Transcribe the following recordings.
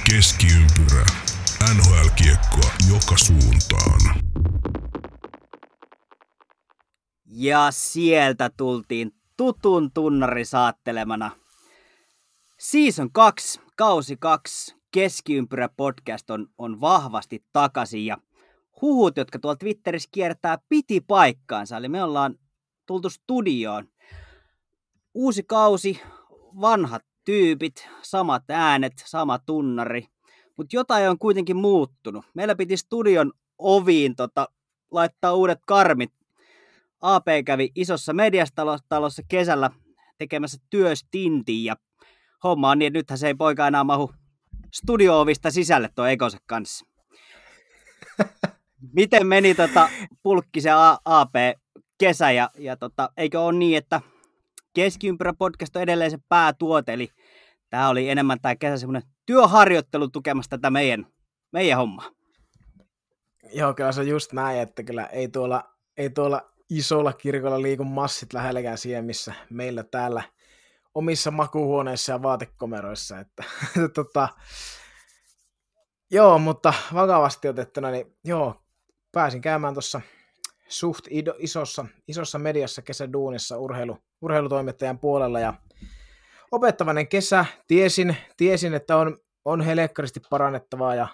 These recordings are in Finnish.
Keskiympyrä. NHL-kiekkoa joka suuntaan. Ja sieltä tultiin tutun tunnari saattelemana. Season 2, kausi 2, Keskiympyrä podcast on vahvasti takaisin ja huhut, jotka tuolla Twitterissä kiertää, piti paikkaansa. Eli me ollaan tultu studioon. Uusi kausi, vanhat tyypit, samat äänet, sama tunnari. Mutta jotain on kuitenkin muuttunut. Meillä piti studion oviin laittaa uudet karmit. AP kävi isossa mediastalossa kesällä tekemässä työstintin ja homma on niin, että nythän se ei poika enää mahu studio-ovista sisälle tuo Ekonsa kanssa. Miten meni Pulkkisen AP-kesä ja eikö ole niin, että Keskiympyrä podcast on edelleen se päätuote, eli tämä oli enemmän tämä kesä semmoinen työharjoittelu tukemassa tätä meidän hommaa. Joo, kyllä se on just näin, että kyllä ei tuolla isolla kirkolla liiku massit lähelläkään siihen, missä meillä täällä omissa makuuhuoneissa ja vaatekomeroissa. Että, joo, mutta vakavasti otettuna, niin joo, pääsin käymään tuossa suht isossa mediassa kesäduunissa urheilutoimittajan puolella ja opettavainen kesä. Tiesin että on helekkarisesti parannettavaa ja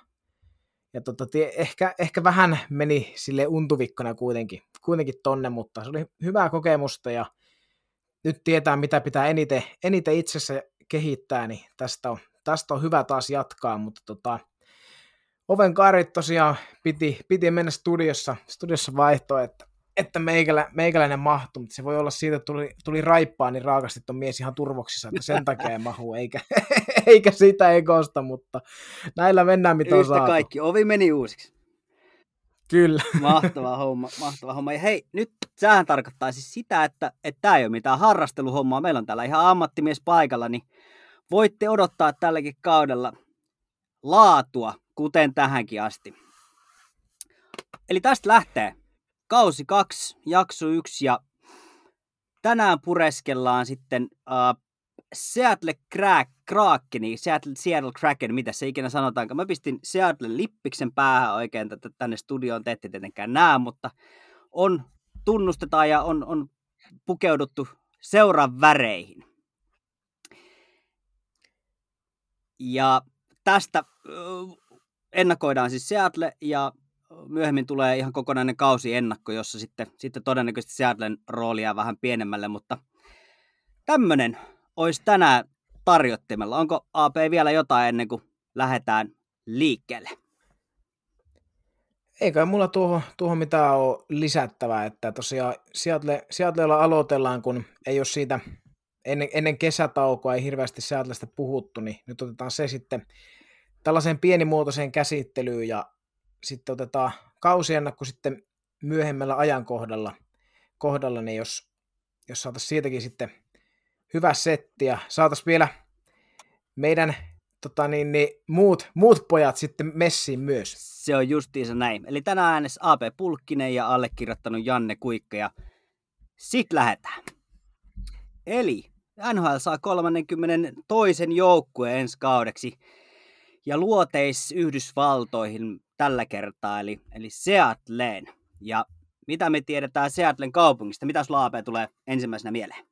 ehkä vähän meni sille untuvikkona kuitenkin tonne, mutta se oli hyvää kokemusta ja nyt tietää mitä pitää eniten itsessä kehittää, niin tästä on hyvä taas jatkaa, mutta oven kaarit tosiaan piti mennä studiossa vaihtoa, että meikäläinen mahtui, mutta se voi olla siitä, että tuli raippaa niin raakasti ton mies ihan turvoksissa, että sen takia ei mahu, eikä sitä Ekosta, mutta näillä mennään mitä on saatu. Yhtä kaikki, ovi meni uusiksi. Kyllä. Mahtava homma. Ja hei, nyt sehän tarkoittaa siis sitä, että tämä ei ole mitään harrasteluhommaa. Meillä on täällä ihan ammattimies paikalla, niin voitte odottaa tälläkin kaudella laatua, kuten tähänkin asti. Eli tästä lähtee kausi 2, jakso 1 ja tänään pureskellaan sitten Seattle Kraken, mitä se ikinä sanotaankaan. Mä pistin Seattle lippiksen päähän oikein tänne studioon, te ette tietenkään näe, mutta tunnustetaan ja on pukeuduttu seuran väreihin. Ja tästä ennakoidaan siis Seattle ja myöhemmin tulee ihan kokonainen kausiennakko, jossa sitten todennäköisesti Seattlen rooli jää vähän pienemmälle, mutta tämmönen olisi tänään tarjottimella. Onko AP vielä jotain ennen kuin lähdetään liikkeelle? Eikä mulla tuohon mitään ole lisättävää, että tosiaan Seattlella aloitellaan, kun ei ole siitä ennen kesätaukoa ei hirveästi Seattlesta puhuttu, niin nyt otetaan se sitten tällaiseen pienimuotoiseen käsittelyyn ja sitten otetaan kausiennakko sitten myöhemmällä ajankohdalla, niin jos saataisiin siitäkin sitten hyvä setti ja saataisiin vielä meidän muut pojat sitten messiin myös. Se on justiinsa näin. Eli tänään äänessä AP Pulkkinen ja allekirjoittanut Janne Kuikka ja sit lähdetään. Eli NHL saa 32. joukkueen ensi kaudeksi ja luoteis Yhdysvaltoihin tällä kertaa, eli Seattleen. Ja mitä me tiedetään Seattlen kaupungista? Mitä sulla AP tulee ensimmäisenä mieleen?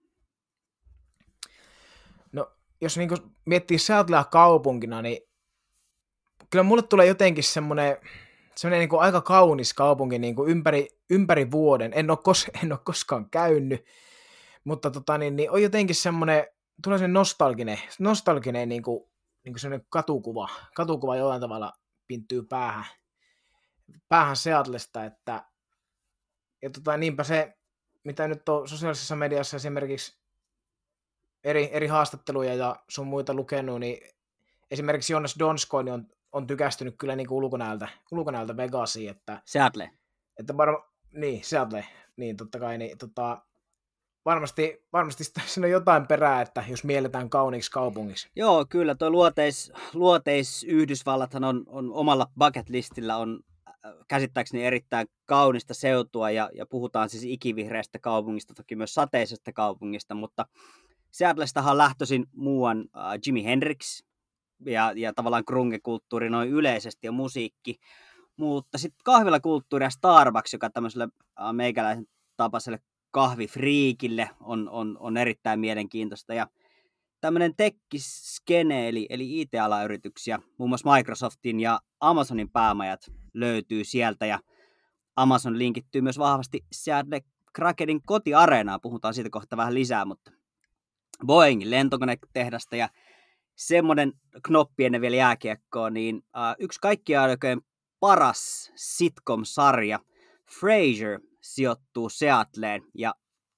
No, jos niinku miettii Seattlea kaupunkina, niin kyllä mulle tulee jotenkin semmoinen niinku aika kaunis kaupunki niinku ympäri vuoden. En ole koskaan käynyt, mutta niin on jotenkin semmoinen, tulee se nostalginen niinku semmoinen katukuva jollain tavalla pinttyy päähän Seattlesta, että ja niinpä se, mitä nyt on sosiaalisessa mediassa esimerkiksi eri haastatteluja ja sun muita lukenut, niin esimerkiksi Jonas Donskoi on tykästynyt kyllä niin kuin ulkonäöltä Vegasiin, että Seattle. Että Seattle, niin totta kai, niin varmasti siinä on jotain perää, että jos mielletään kauniiksi kaupungiksi. Joo, kyllä tuo luoteis Yhdysvallathan on omalla bucket listillä on käsittääkseni erittäin kaunista seutua ja puhutaan siis ikivihreästä kaupungista, toki myös sateisesta kaupungista, mutta Seattlestahan on lähtöisin muuan Jimi Hendrix, ja tavallaan grunge-kulttuuri noin yleisesti ja musiikki. Mutta sitten kahvilakulttuuri ja Starbucks, joka tämmöiselle meikäläisen tapaiselle kahvifriikille on erittäin mielenkiintoista. Ja tämmöinen tekkiskene, eli IT-alayrityksiä, muun muassa Microsoftin ja Amazonin päämajat löytyy sieltä, ja Amazon linkittyy myös vahvasti Seattle Krakenin kotiareenaan, puhutaan siitä kohta vähän lisää, mutta Boeingin lentokonetehdasta ja semmoinen knoppi ennen vielä jääkiekkoon, niin yksi kaikkiaan aikojen paras sitcom-sarja, Frasier, sijoittuu Seattleen, ja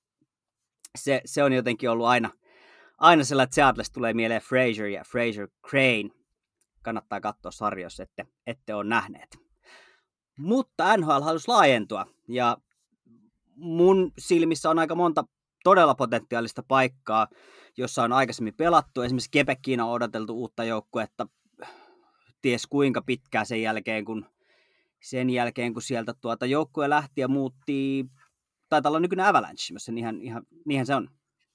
se on jotenkin ollut aina sellainen, että Seattlesta tulee mieleen Frasier ja Frasier Crane. Kannattaa katsoa sarja, jos ette ole nähneet. Mutta NHL halusi laajentua, ja mun silmissä on aika monta todella potentiaalista paikkaa, jossa on aikaisemmin pelattu. Esimerkiksi Quebeciin on odoteltu uutta joukkuetta ties kuinka pitkään sen jälkeen, kun sieltä joukkue lähti ja muutti, taitaa olla nykyinen Avalanche, jos niinhän se on.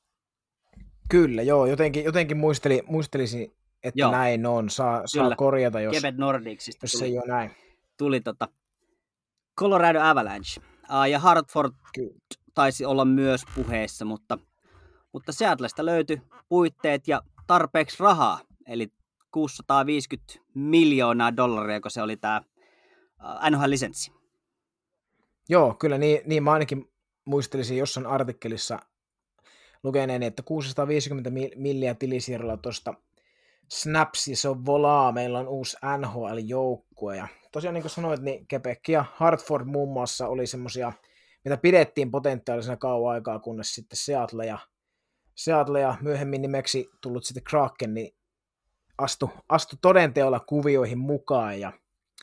Kyllä, joo, jotenkin muistelisin, että joo, näin on. Saa korjata, jos Quebec Nordicsista jos ei ole näin. Tuli Colorado Avalanche. Ja Hartford taisi olla myös puheessa, mutta Seattlesta löytyi puitteet ja tarpeeksi rahaa, eli $650 miljoonaa, kun se oli tämä NHL-lisenssi. Joo, kyllä niin mä ainakin muistelisin jossain artikkelissa lukeneeni, että 650 milliä tilisiirrolla tuosta Snapsissa on volaa, meillä on uusi NHL-joukkue, ja tosiaan niin kuin sanoit, niin Quebec ja Hartford muun muassa oli semmoisia, mitä pidettiin potentiaalisena kauan aikaa, kunnes sitten Seattle ja myöhemmin nimeksi tullut sitten Kraken, niin astu todenteolla kuvioihin mukaan, ja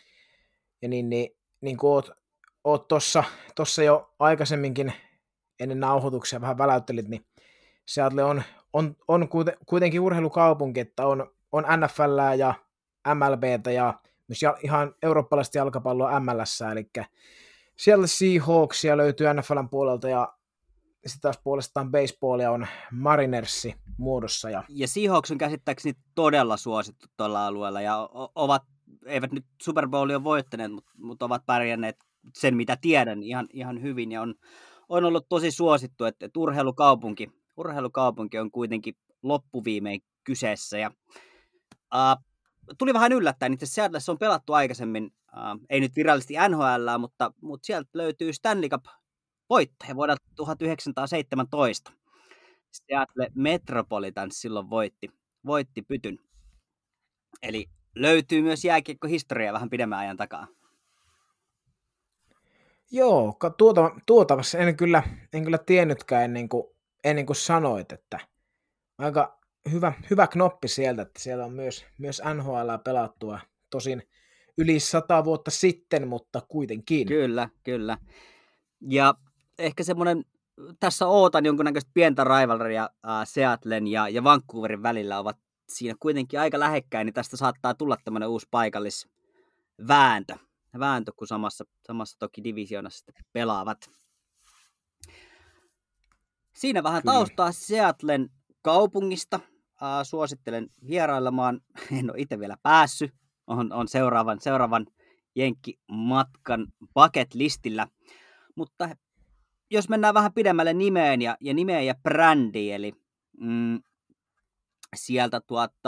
niin kuin oot tuossa jo aikaisemminkin ennen nauhoituksia vähän väläyttelit, niin Seattle on kuitenkin urheilukaupunki, että on NFL:ää ja MLB:tä ja myös ihan eurooppalaista jalkapalloa MLS, eli siellä Seahawksia löytyy NFL:n puolelta ja sitten taas puolestaan baseballia on Marinersi muodossa. Ja Seahawks on käsittääkseni todella suosittu tuolla alueella ja eivät nyt Super Bowlia voittaneet, mutta ovat pärjänneet sen mitä tiedän ihan hyvin ja on ollut tosi suosittu, että urheilukaupunki on kuitenkin loppuviimein kyseessä. Ja, tuli vähän yllättäen, itse Seattleissa on pelattu aikaisemmin, ei nyt virallisesti NHL:ää, mutta sieltä löytyy Stanley Cup-voittaja vuodelta 1917. Seattle Metropolitans silloin voitti pytyn. Eli löytyy myös jääkiekkohistoriaa vähän pidemmän ajan takaa. Joo, tuota en kyllä tiennytkään ennen kuin sanoit, että aika hyvä knoppi sieltä, että siellä on myös NHL pelattua, tosin yli 100 vuotta sitten, mutta kuitenkin. Kyllä. Ja ehkä semmoinen, tässä ootan jonkunnäköistä pientä rivalrya Seattlen ja Vancouverin välillä, ovat siinä kuitenkin aika lähekkäin, niin tästä saattaa tulla tämmöinen uusi paikallisvääntö, kun samassa toki divisioonassa sitten pelaavat. Siinä vähän taustaa Seattlen kaupungista. Suosittelen vierailemaan. En ole itse vielä päässyt. On seuraavan jenkkimatkan bucket listillä. Mutta jos mennään vähän pidemmälle nimeen ja brändiin, eli sieltä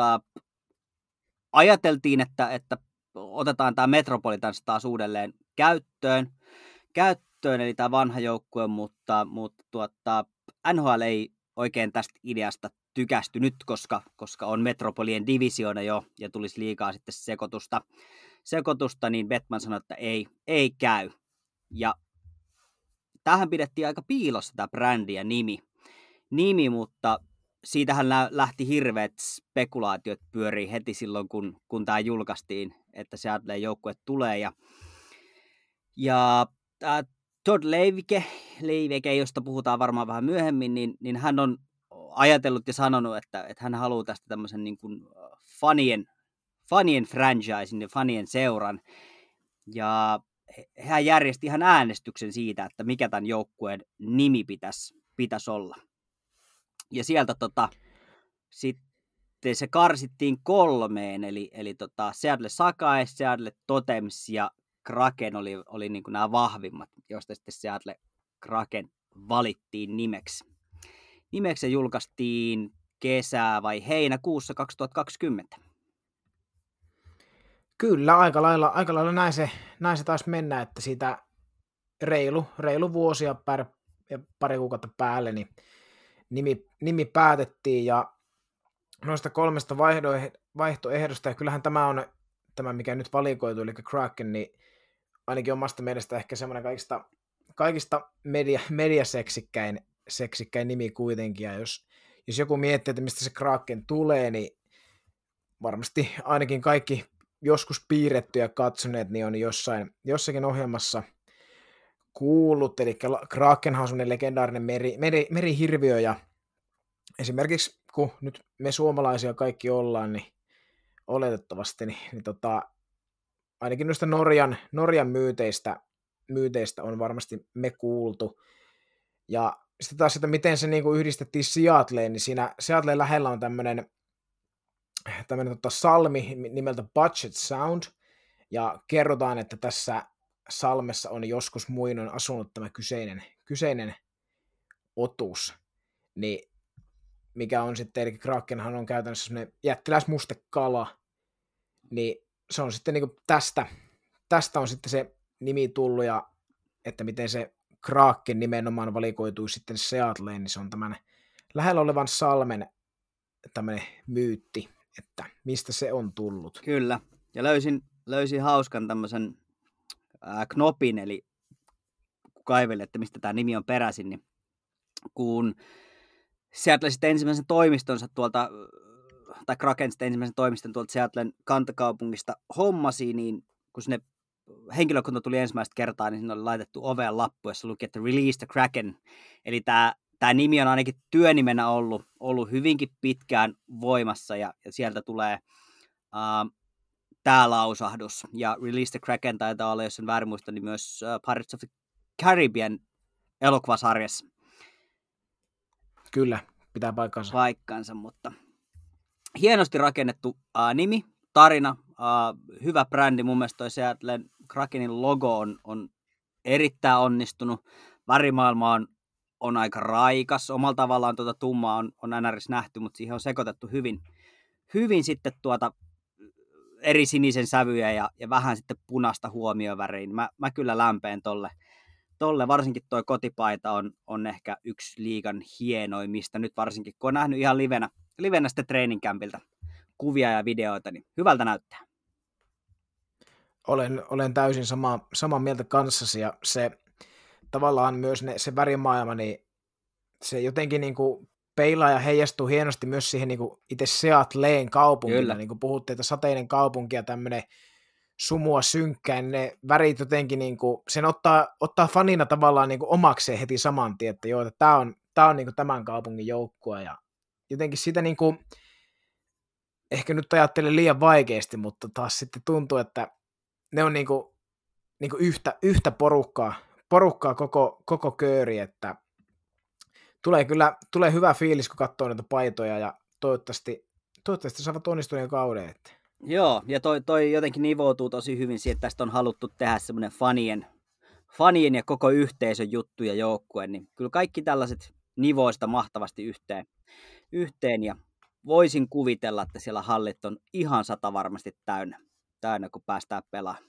ajateltiin, että otetaan tämä Metropolitans taas uudelleen käyttöön, eli tämä vanha joukkue, mutta NHL ei oikein tästä ideasta tykästynyt, koska on Metropolien divisioona jo, ja tulisi liikaa sitten sekoitusta, niin Bettman sanoi, että ei käy. Ja tähän pidettiin aika piilossa tämä brändi ja nimi, mutta siitähän lähti hirveät spekulaatiot pyörii heti silloin, kun tämä julkaistiin, että Seattleen joukkue tulee. Ja Todd Leivike, josta puhutaan varmaan vähän myöhemmin, niin hän on ajatellut ja sanonut, että hän haluaa tästä tämmöisen niin kuin fanien franchisen ja fanien seuran. Ja hän järjesti ihan äänestyksen siitä, että mikä tämän joukkueen nimi pitäisi olla. Ja sieltä sitten se karsittiin 3, eli Seattle Sakai, Seattle Totems ja Kraken oli niin kuin nämä vahvimmat, joista sitten Seattle Kraken valittiin nimeksi. Nimeksi julkaistiin kesää vai heinäkuussa 2020. Kyllä, aika lailla näin se taisi mennä, että siitä reilu vuosia ja pari kuukautta päälle niin nimi päätettiin, ja noista 3 vaihtoehdosta, ja kyllähän tämä mikä nyt valikoitu, eli Kraken, niin ainakin omasta mielestä ehkä semmoinen kaikista mediaseksikkäin nimi kuitenkin, ja jos joku miettii, että mistä se Kraken tulee, niin varmasti ainakin kaikki joskus piirretty ja katsoneet, niin on jossakin ohjelmassa kuullut, eli Krakenhan on semmoinen legendaarinen merihirviö, ja esimerkiksi kun nyt me suomalaisia kaikki ollaan, niin oletettavasti, niin ainakin noista Norjan myyteistä on varmasti me kuultu. Ja sitten taas, että miten se niinku yhdistettiin Seattleen, niin siinä Seattleen lähellä on tämmöinen salmi nimeltä Puget Sound, ja kerrotaan, että tässä salmessa on joskus muinoin asunut tämä kyseinen otus, niin mikä on sitten, eli Krakenhan on käytännössä semmoinen jättiläismustekala, niin se on sitten niinku tästä on sitten se nimi tullut, ja että miten se Kraken nimenomaan valikoitui sitten Seattleen, niin se on tämän lähellä olevan salmen tämmöinen myytti, että mistä se on tullut. Kyllä, ja löysin hauskan tämmöisen knopin, eli kun kaivelin, että mistä tämä nimi on peräisin, niin kun Seattle sitten ensimmäisen toimistonsa tuolta, tai Kraken sitten ensimmäisen toimiston tuolta Seattlen kantakaupungista hommasi, niin kun sinne henkilökunta tuli ensimmäistä kertaa, niin sinne oli laitettu oveen lappu, jossa luki, että Release the Kraken. Eli tämä nimi on ainakin työnimenä ollut hyvinkin pitkään voimassa, ja sieltä tulee tämä lausahdus. Ja Release the Kraken taitaa olla, jos en väärin muista, niin myös Pirates of the Caribbean elokuvasarjassa. Kyllä, pitää paikkansa, mutta hienosti rakennettu nimi, tarina, hyvä brändi. Mun mielestä toi Seattlen Krakenin logo on erittäin onnistunut. Värimaailma on aika raikas. Omalla tavallaan tummaa on NRS nähty, mutta siihen on sekoitettu hyvin sitten eri sinisen sävyjä ja vähän sitten punaista huomioväriin. Mä kyllä lämpeen tolle. Varsinkin toi kotipaita on ehkä yksi liigan hienoimmista nyt, varsinkin kun on nähnyt ihan livenä sitten treeninkämpiltä kuvia ja videoita, niin hyvältä näyttää. Olen täysin samaa mieltä kanssasi, ja se tavallaan myös se värimaailma, niin se jotenkin niin kuin peilaa ja heijastuu hienosti myös siihen niin kuin itse Seattleen kaupunkina, niin kuin puhuttiin, että sateinen kaupunki ja tämmöinen sumua synkkää, niin ne värit jotenkin, niin kuin, sen ottaa fanina tavallaan niin kuin omakseen heti saman tien, että joo, että tämä on niin kuin tämän kaupungin joukkue, ja jotenkin sitä niin kuin, ehkä nyt ajattelen liian vaikeasti, mutta taas sitten tuntuu, että ne on niin kuin yhtä porukkaa koko kööri, että tulee hyvä fiilis, kun katsoo näitä paitoja, ja toivottavasti saavat onnistuneen kauden. Että. Joo, ja toi jotenkin nivoutuu tosi hyvin siihen, että tästä on haluttu tehdä semmoinen fanien ja koko yhteisön juttu ja joukkue, niin kyllä kaikki tällaiset nivoista mahtavasti yhteen, ja voisin kuvitella, että siellä hallit on ihan 100 varmasti täynnä, kun päästään pelaamaan.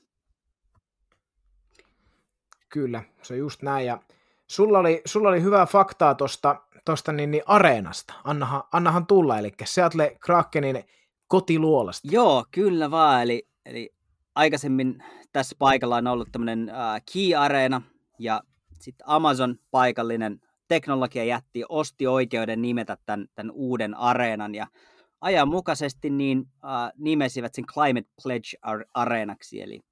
Kyllä, se on just näin, ja sulla oli hyvää faktaa tosta niin areenasta. Annahan tulla, eli Seattle Krakenin kotiluolasta. Joo, kyllä vaan, eli aikaisemmin tässä paikalla on ollut tämmöinen Key-areena, ja sitten Amazon paikallinen teknologiajätti osti oikeuden nimetä tämän uuden areenan, ja ajanmukaisesti niin nimesivät sen Climate Pledge-areenaksi, eli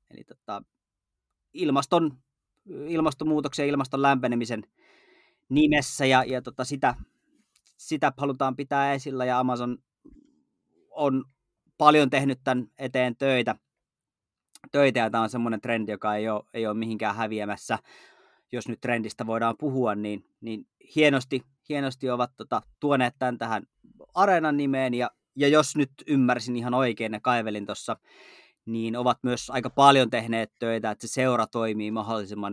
ilmastonmuutoksen ja ilmaston lämpenemisen nimessä, ja sitä halutaan pitää esillä, ja Amazon on paljon tehnyt tämän eteen töitä, ja tämä on semmoinen trendi, joka ei ole mihinkään häviämässä, jos nyt trendistä voidaan puhua, niin hienosti ovat tuoneet tämän tähän areenan nimeen, ja ja jos nyt ymmärsin ihan oikein ja kaivelin tuossa, niin ovat myös aika paljon tehneet töitä, että se seura toimii mahdollisimman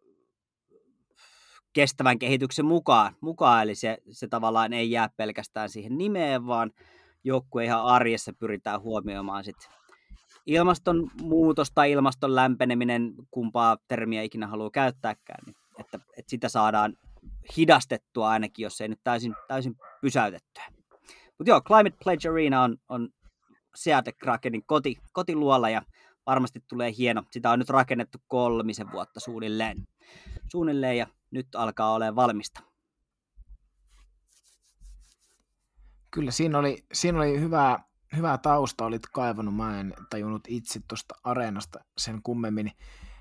kestävän kehityksen mukaan, eli se tavallaan ei jää pelkästään siihen nimeen, vaan joukkue ihan arjessa pyritään huomioimaan sit ilmastonmuutos tai ilmaston lämpeneminen, kumpaa termiä ikinä haluaa käyttääkään, niin että sitä saadaan hidastettua ainakin, jos ei nyt täysin pysäytettyä. Mutta joo, Climate Pledge Arena on Seattle Krakenin kotiluola ja varmasti tulee hieno. Sitä on nyt rakennettu 3 vuotta suunnilleen ja nyt alkaa olemaan valmista. Kyllä, siinä oli hyvää tausta, olit kaivannut. Mä en tajunnut itse tuosta areenasta sen kummemmin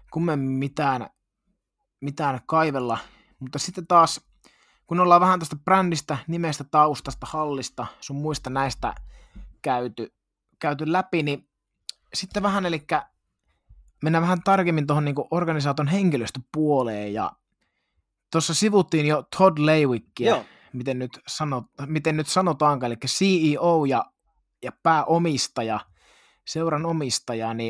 mitään kaivella. Mutta sitten taas, kun ollaan vähän tuosta brändistä, nimestä, taustasta, hallista, sun muista näistä käyty läpi, niin sitten vähän, eli mennään vähän tarkemmin tuohon niinku organisaation henkilöstöpuoleen, ja tuossa sivuttiin jo Todd Lewickia, miten nyt sanotaankaan, eli CEO ja pääomistaja, seuran omistaja, niin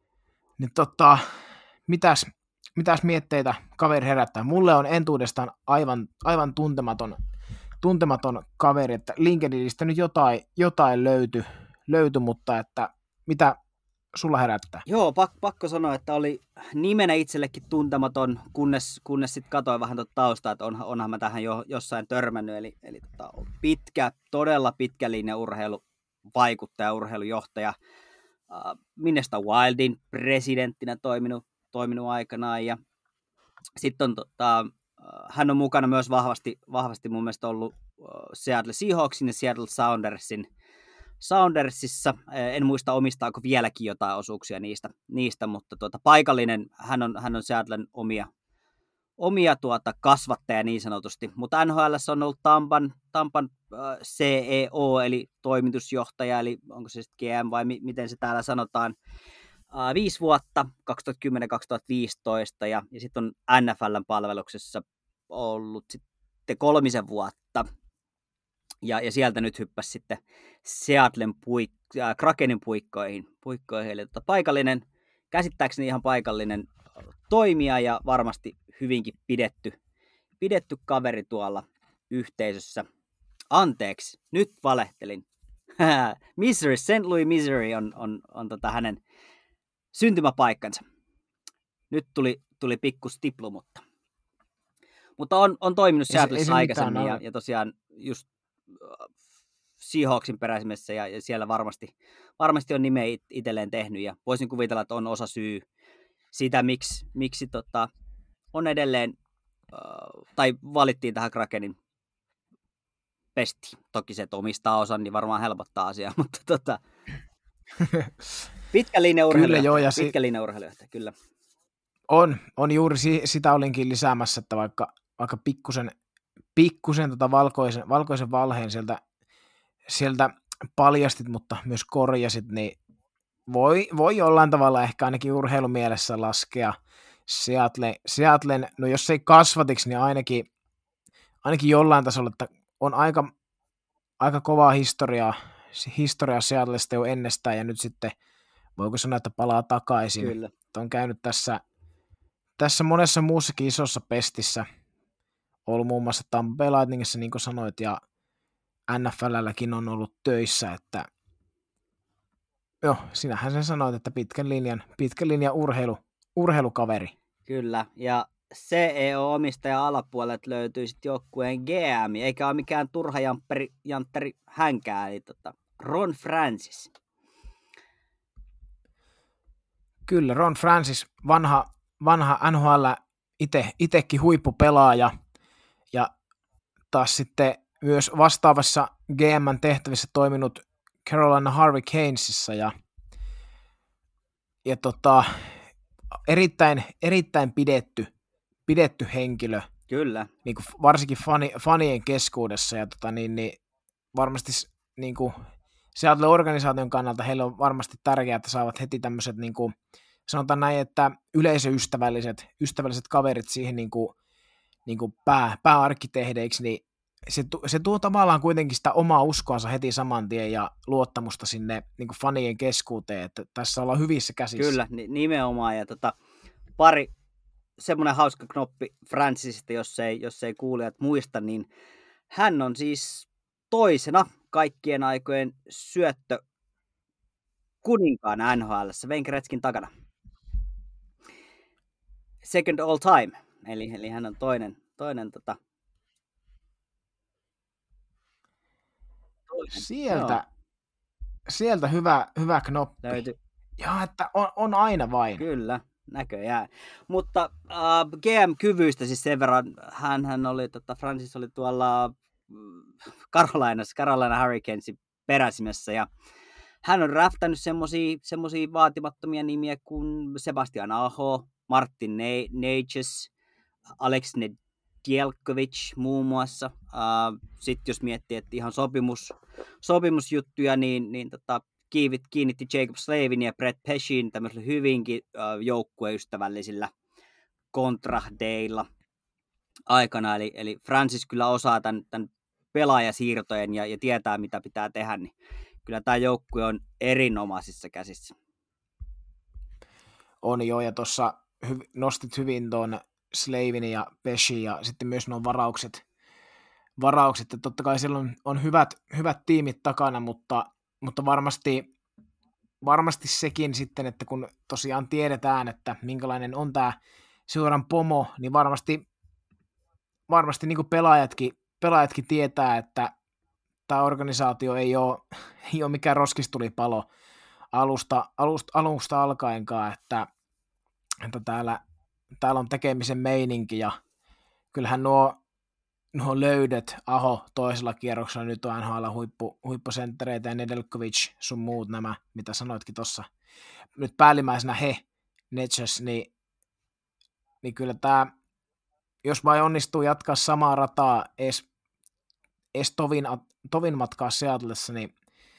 mitäs mietteitä kaveri herättää? Mulle on entuudestaan aivan tuntematon kaveri, että LinkedInistä nyt jotain löytyi, mutta että mitä sulla herättää? Joo, pakko sanoa, että oli nimenä itsellekin tuntematon, kunnes sitten katsoin vähän tuota taustaa, että onhan mä tähän jo jossain törmännyt, eli todella pitkä linja urheiluvaikuttaja, urheilujohtaja, Minnesota Wildin presidenttinä toiminut aikanaan, ja sitten hän on mukana myös vahvasti mun mielestä ollut Seattle Seahawksin ja Seattle Soundersissa. En muista omistaako vieläkin jotain osuuksia niistä, mutta paikallinen, hän on Seattlen omia kasvattaja niin sanotusti, mutta NHL:ssä on ollut Tampan CEO, eli toimitusjohtaja, eli onko se sitten GM vai miten se täällä sanotaan, 5 vuotta, 2010-2015, ja sitten on NFL:n palveluksessa ollut sitten 3 vuotta, ja sieltä nyt hyppäsi sitten Seattlen Krakenin puikkoihin, eli käsittääkseni ihan paikallinen toimija, ja varmasti hyvinkin pidetty kaveri tuolla yhteisössä. Anteeksi, nyt valehtelin. Missouri, St. Louis, Missouri on hänen syntymäpaikkansa. Nyt tuli pikku stiplu, mutta on toiminut Seattlessa aikaisemmin ja tosiaan just Seahawksin peräisimessä ja siellä varmasti on nimeä itselleen tehnyt, ja voisin kuvitella, että on osa syy sitä, miksi on edelleen tai valittiin tähän Krakenin pestiin. Toki se, että omistaa osan, niin varmaan helpottaa asiaa, mutta pitkä linja urheilujohtaja, kyllä. On juuri sitä olinkin lisäämässä, että vaikka pikkusen valkoisen valheen sieltä paljastit, mutta myös korjasit, niin voi jollain tavalla ehkä ainakin urheilumielessä laskea Seattlen, no jos ei kasvatiksi, niin ainakin jollain tasolla, että on aika kovaa historiaa Seattlesta jo ennestään, ja nyt sitten voiko sanoa, että palaa takaisin. Kyllä. On käynyt tässä monessa muussakin isossa pestissä, ollut muun muassa Tampa Bay Lightningissa, niin kuin sanoit, ja NFL:lläkin on ollut töissä, että joo, sinähän sen sanoit, että pitkän linjan urheilukaveri. Kyllä, ja CEO-omistaja alapuolelta löytyy sitten joukkueen GM, eikä ole mikään turha jantteri hänkään, eli Ron Francis. Kyllä, Ron Francis, vanha NHL itsekin huippupelaaja, ja taas sitten myös vastaavassa GM:n tehtävissä toiminut Carolina Hurricanesissa, ja erittäin pidetty henkilö. Kyllä. Niin kuin varsinkin fanien keskuudessa, ja varmasti niin kuin Seattle-organisaation kannalta heille on varmasti tärkeää, että saavat heti tämmöiset, niin kuin, sanotaan näin, että yleisöystävälliset kaverit siihen niin kuin pääarkkitehdeiksi, niin se tuo tavallaan kuitenkin sitä omaa uskoansa heti saman tien ja luottamusta sinne niin kuin fanien keskuuteen, että tässä ollaan hyvissä käsissä. Kyllä, nimenomaan. Ja pari semmoinen hauska knoppi Francisista, jos ei kuulijat muista, niin hän on siis toisena kaikkien aikojen syöttö kuninkaana NHL:ssä Wayne Gretzkyn takana. Second all time, eli hän on toinen Sieltä hyvä knoppi. Löytyi. Joo, että on aina vain. Kyllä, näköjään. Mutta GM-kyvyistä siis sen verran, hän oli, Francis oli tuolla Carolina Hurricanesin peräsimessä, ja hän on draftannut semmosia vaatimattomia nimiä kuin Sebastian Aho, Martin Necas, Alex Nedeljkovic muun muassa. Sitten jos miettii, että ihan sopimusjuttuja, niin kiinnitti Jacob Slavin ja Brett Peshin tämmöisillä hyvinkin joukkueystävällisillä kontrahdeilla aikana. Eli Francis kyllä osaa tämän pelaajasiirtojen ja tietää, mitä pitää tehdä, niin kyllä tämä joukkue on erinomaisissa käsissä. On jo, ja tuossa nostit hyvin tuon Slavin ja Peshin ja sitten myös nuo varaukset, että totta kai silloin on hyvät tiimit takana, mutta varmasti sekin sitten, että kun tosiaan tiedetään, että minkälainen on tämä seuran pomo, niin varmasti niin kuin pelaajatkin tietää, että tämä organisaatio ei ole mikään roskistulipalo alusta alkaenkaan, että täällä on tekemisen meininki, ja kyllähän nuo löydöt, Aho toisella kierroksella, nyt on NHL huippusenttereitä ja Nedeljkovic, sun muut nämä, mitä sanoitkin tuossa, nyt päällimmäisenä Necas, niin kyllä tämä, jos vain onnistuu jatkaa samaa rataa edes tovin matkaa Seattlessa, niin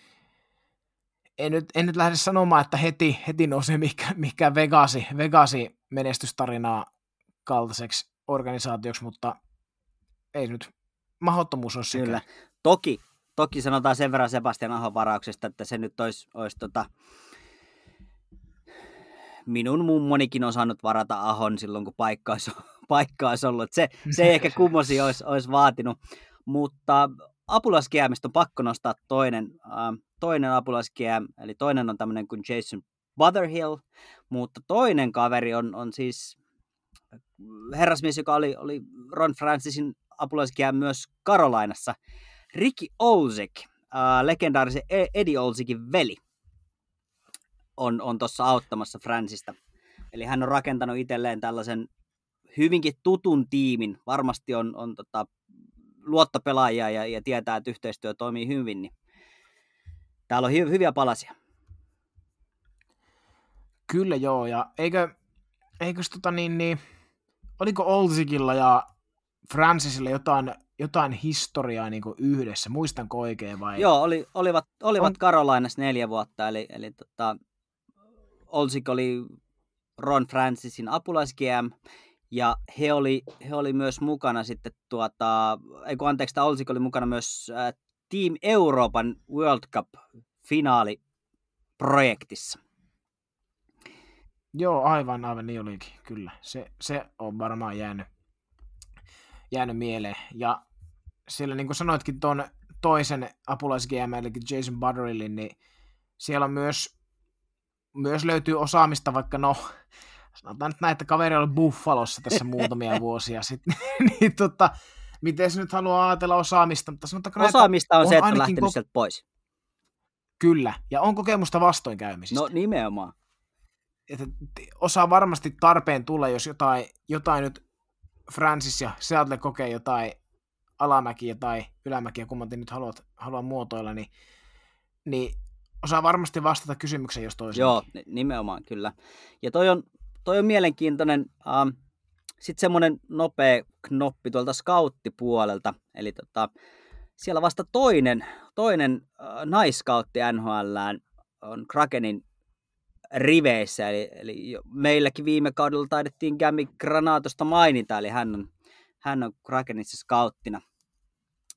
en nyt lähde sanomaan, että heti nousee mikä Vegasi menestystarinaa kaltaiseksi organisaatioksi, mutta ei nyt mahdottomuus ole sekä. Kyllä. Toki sanotaan sen verran Sebastian Ahon varauksesta, että se nyt olisi minun mummonikin osannut varata Ahon silloin, kun paikka olisi ollut. Se ei ehkä kummosi olisi vaatinut, mutta apulaisGM:istä on pakko nostaa toinen apulaisGM, eli toinen on tämmöinen kuin Jason Butterhill, mutta toinen kaveri on siis herrasmies, joka oli Ron Francisin apulaisGM myös Carolinassa, Ricky Olczyk, legendaarisen Eddie Olczykin veli, on tuossa auttamassa Francista. Eli hän on rakentanut itselleen tällaisen hyvinkin tutun tiimin, varmasti on luottopelaajia ja tietää, että yhteistyö toimii hyvin, niin täällä on hyviä palasia. Kyllä joo, ja eikös oliko Olczykilla ja Francisilla jotain historiaa niin kuin yhdessä, muistanko oikein vai? Joo, olivat Carolinassa 4 vuotta, eli Olczyk oli Ron Francisin apulais-GM, ja he oli myös mukana sitten Olczyk oli mukana myös Team Euroopan World Cup -finaaliprojektissa. Joo, aivan niin olikin, kyllä. Se on varmaan jäänyt mieleen. Ja siellä, niin kuin sanoitkin, tuon toisen apulais-GM, eli Jason Butterillin, niin siellä on myös löytyy osaamista, vaikka sanotaan nyt näin, että kaveri oli Buffalossa tässä muutamia vuosia sitten, niin miten se nyt haluaa ajatella osaamista? Mutta osaamista on se, että on lähtenyt sieltä pois. Kyllä, ja on kokemusta vastoinkäymisistä. No nimenomaan. Että osaa varmasti tarpeen tulla, jos jotain nyt Francis ja Seattle kokee jotain alamäkiä tai ylämäkiä, kumman te nyt haluaa muotoilla, niin osaa varmasti vastata kysymykseen, jos toisin. Joo, nimenomaan kyllä. Ja toi on mielenkiintoinen. Sitten semmoinen nopea knoppi tuolta scouttipuolelta, eli siellä vasta toinen naiskautti NHL:ään on Krakenin riveissä, eli meilläkin viime kaudella taidettiin Gammy Granatosta mainita, eli hän on Krakenissa scouttina.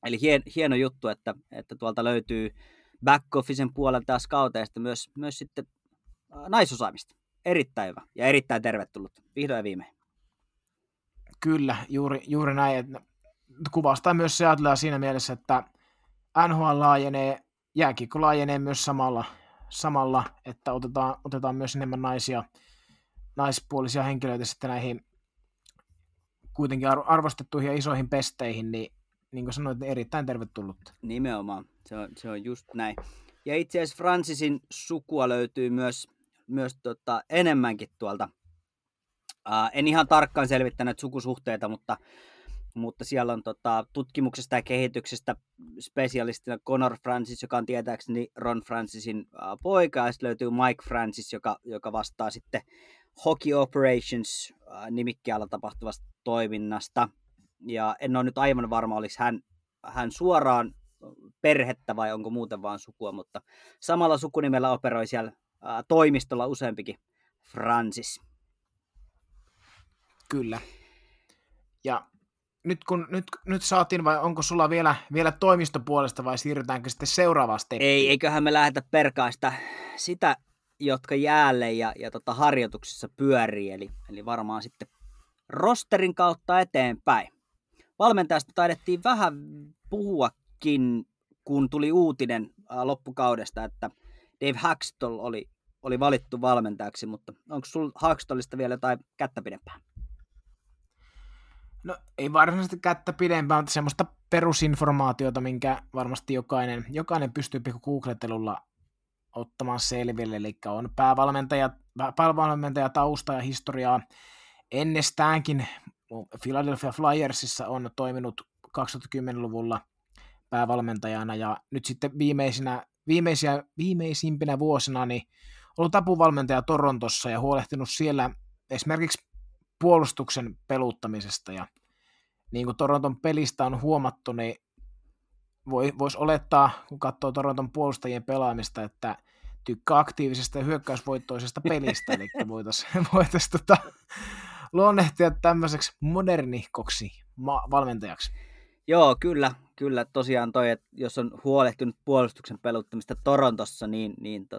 Eli hieno juttu, että tuolta löytyy back officen puolelta ja scouteista myös sitten naisosaamista. Erittäin hyvä ja erittäin tervetullut. Vihdoin ja viimein. Kyllä, juuri näin. Että kuvastaa myös Seattlea siinä mielessä, että NHL laajenee, jääkiekko laajenee myös samalla, että otetaan myös enemmän naispuolisia henkilöitä sitten näihin kuitenkin arvostettuihin ja isoihin pesteihin, niin kuin sanoit, niin erittäin tervetullut. Nimenomaan, se on just näin. Ja itse asiassa Francisin sukua löytyy myös enemmänkin tuolta. En ihan tarkkaan selvittänyt sukusuhteita, mutta siellä on tutkimuksesta ja kehityksestä spesialistina Connor Francis, joka on tietääkseni Ron Francisin poika, ja sitten löytyy Mike Francis, joka vastaa sitten Hockey Operations nimikkeellä tapahtuvasta toiminnasta. Ja en ole nyt aivan varma, oliko hän suoraan perhettä vai onko muuten vaan sukua, mutta samalla sukunimellä operoi siellä toimistolla useampikin Francis. Kyllä. Ja nyt saatiin, vai onko sulla vielä toimistopuolesta vai siirrytäänkö sitten seuraavaan steppiin? Eiköhän me lähdetä perkaa sitä jotka jäälle ja harjoituksissa pyörii, eli varmaan sitten rosterin kautta eteenpäin. Valmentajasta taidettiin vähän puhuakin, kun tuli uutinen loppukaudesta, että Dave Hakstol oli valittu valmentajaksi, mutta onko sinulla Hakstolista vielä jotain kättä pidempää? No ei varsinaisesti kättä pidempää, mutta semmoista perusinformaatiota, minkä varmasti jokainen pystyy pikku googlettelulla ottamaan selville, eli on päävalmentaja tausta ja historiaa ennestäänkin. Philadelphia Flyersissa on toiminut 2010-luvulla päävalmentajana ja nyt sitten viimeisimpinä vuosina niin ollut apuvalmentaja Torontossa ja huolehtinut siellä esimerkiksi puolustuksen peluuttamisesta ja niin kuin Toronton pelistä on huomattu, niin voisi olettaa, kun katsoo Toronton puolustajien pelaamista, että tykkää aktiivisesta ja hyökkäysvoittoisesta pelistä, eli voitaisiin luonnehtia tämmöiseksi modernihkoksi valmentajaksi. Joo, kyllä tosiaan toi, että jos on huolehtinut puolustuksen peluttamista Torontossa, niin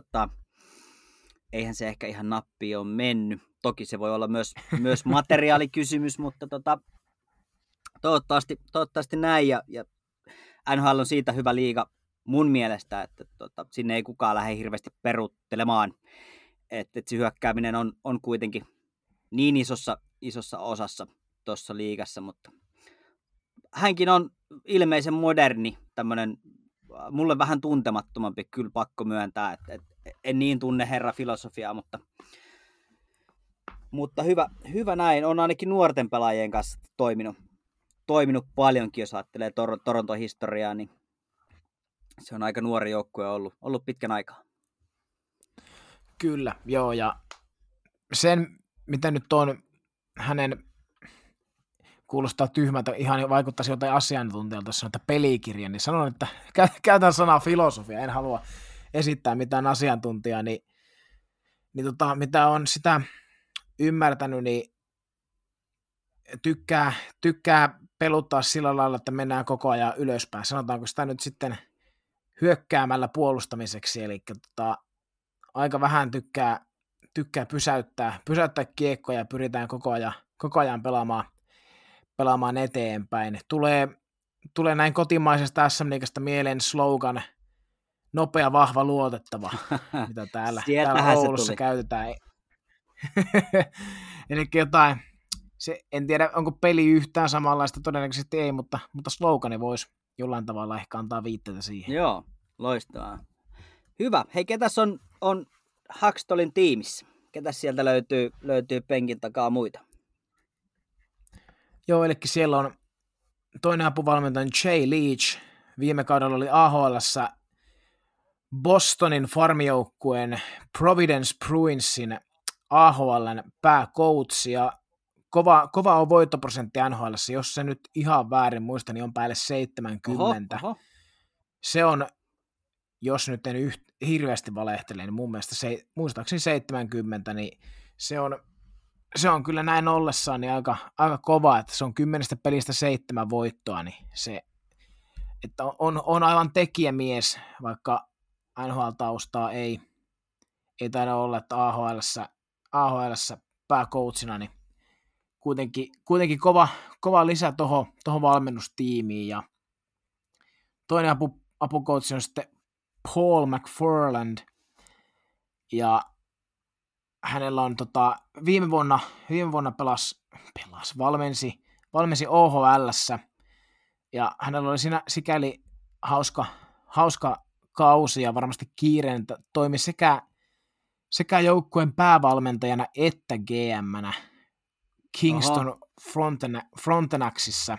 eihän se ehkä ihan nappiin ole mennyt. Toki se voi olla myös materiaalikysymys, mutta toivottavasti näin, ja NHL on siitä hyvä liiga mun mielestä, että sinne ei kukaan lähde hirveästi peruuttelemaan, että se hyökkääminen on kuitenkin niin isossa osassa tuossa liigassa, mutta hänkin on ilmeisen moderni, tämmöinen mulle vähän tuntemattomampi, kyllä pakko myöntää, että en niin tunne herra filosofiaa, mutta hyvä näin, on ainakin nuorten pelaajien kanssa toiminut paljonkin, jos ajattelee Toronton historiaa, niin se on aika nuori joukkue ollut pitkän aikaa. Kyllä, joo, ja sen, mitä nyt on hänen, kuulostaa tyhmältä, ihan vaikuttaisi jotain asiantuntijalta, jos sanotaan pelikirja, niin sanon, että käytän sanaa filosofia, en halua esittää mitään asiantuntijaa, niin mitä on sitä ymmärtänyt, niin tykkää peluttaa sillä lailla, että mennään koko ajan ylöspäin. Sanotaanko sitä nyt sitten hyökkäämällä puolustamiseksi, eli aika vähän tykkää pysäyttää kiekkoja ja pyritään koko ajan pelaamaan eteenpäin. Tulee näin kotimaisesta SM-liigasta mieleen slogan nopea, vahva, luotettava, mitä täällä Oulussa käytetään. Eli jotain, en tiedä onko peli yhtään samanlaista, todennäköisesti ei, mutta slogani voisi jollain tavalla ehkä antaa viitteitä siihen. Joo, loistavaa. Hyvä. Hei, ketäs on Hakstolin tiimissä? Ketäs sieltä löytyy penkin takaa muita? Joo, eli siellä on toinen apuvalmentaja Jay Leach. Viime kaudella oli AHL:ssä Bostonin farmijoukkueen Providence Bruinsin AHL:n pääcoach ja kova on voittoprosentti NHL:ssä, jos se nyt ihan väärin muista, niin on päälle 70. Oho. Se on, jos nyt en hirveästi valehtele, niin mun mielestä muistaakseni 70, niin se on kyllä näin ollessaan niin aika kova, että se on 10 pelistä 7 voittoa, niin se että on aivan tekijämies, vaikka NHL-taustaa ei taida olla, että AHL:ssä pääcoachina, niin kuitenkin kova lisä tuohon valmennustiimiin. Ja toinen apucoachi on sitten Paul McFarland, ja hänellä on viime vuonna valmensi OHL:ssä, ja hänellä oli siinä sikäli hauska kausi ja varmasti kiireinen, toimi sekä joukkueen päävalmentajana että GM:nä Kingston Frontenacissa.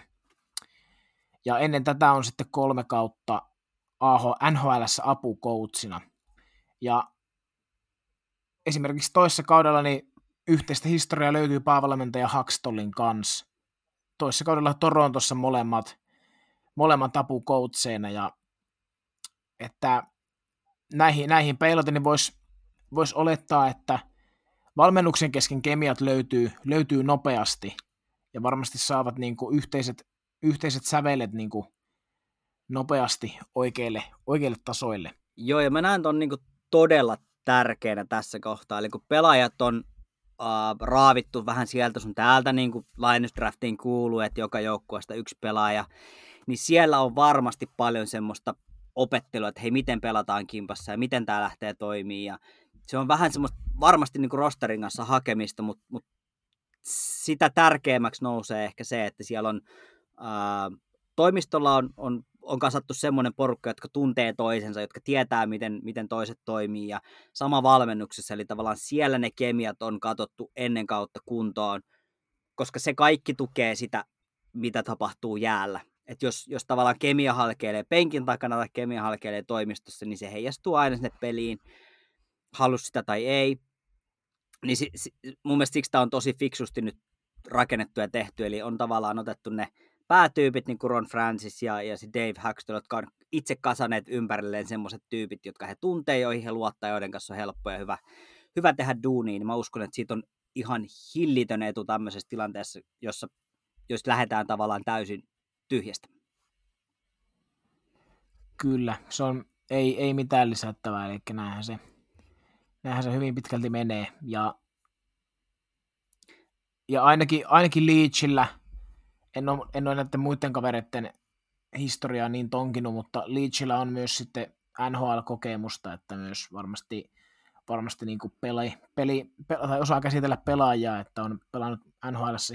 Ja ennen tätä on sitten 3 kautta NHL:ssä apucoachina. Ja esimerkiksi toisessa kaudella niin yhteistä historiaa löytyy päävalmentaja Hackstollin kanssa. Toisessa kaudella Torontossa molemmat apucoacheina, ja että näihin peilaten niin voisi olettaa, että valmennuksen kesken kemiat löytyy nopeasti ja varmasti saavat niinku yhteiset sävelet niinku nopeasti oikeille tasoille. Joo, ja mä näen ton niinku todella tärkeänä tässä kohtaa, eli kun pelaajat on raavittu vähän sieltä sun täältä, niin kuin lainusdraftiin kuuluu, että joka joukkueesta 1 pelaaja, niin siellä on varmasti paljon semmoista opettelua, että hei, miten pelataan kimpassa ja miten tää lähtee toimii, ja se on vähän semmoista varmasti niin kuin rosterin kanssa hakemista, mutta sitä tärkeämmäksi nousee ehkä se, että siellä on toimistolla on kasattu semmoinen porukka, jotka tuntee toisensa, jotka tietää, miten toiset toimii, ja sama valmennuksessa, eli tavallaan siellä ne kemiat on katsottu ennen kautta kuntoon, koska se kaikki tukee sitä, mitä tapahtuu jäällä. Että jos tavallaan kemia halkeilee penkin takana tai kemia halkeilee toimistossa, niin se heijastuu aina sinne peliin, halus sitä tai ei. Niin mun mielestä siksi tämä on tosi fiksusti nyt rakennettu ja tehty, eli on tavallaan otettu ne päätyypit, niin kuin Ron Francis ja Dave Hackstall, jotka on itse kasaneet ympärilleen semmoiset tyypit, jotka he tuntee, joihin he luottaa, joiden kanssa on helppo ja hyvä tehdä duunia, niin mä uskon, että siitä on ihan hillitön etu tämmöisessä tilanteessa, jos lähdetään tavallaan täysin tyhjästä. Kyllä, se on ei mitään lisättävää, eli näinhän se hyvin pitkälti menee, ja ainakin Leachillä, en ole näiden muiden kavereiden historiaa niin tonkinut, mutta Leachillä on myös sitten NHL-kokemusta, että myös varmasti niin kuin tai osaa käsitellä pelaajaa, että on pelannut NHL:ssä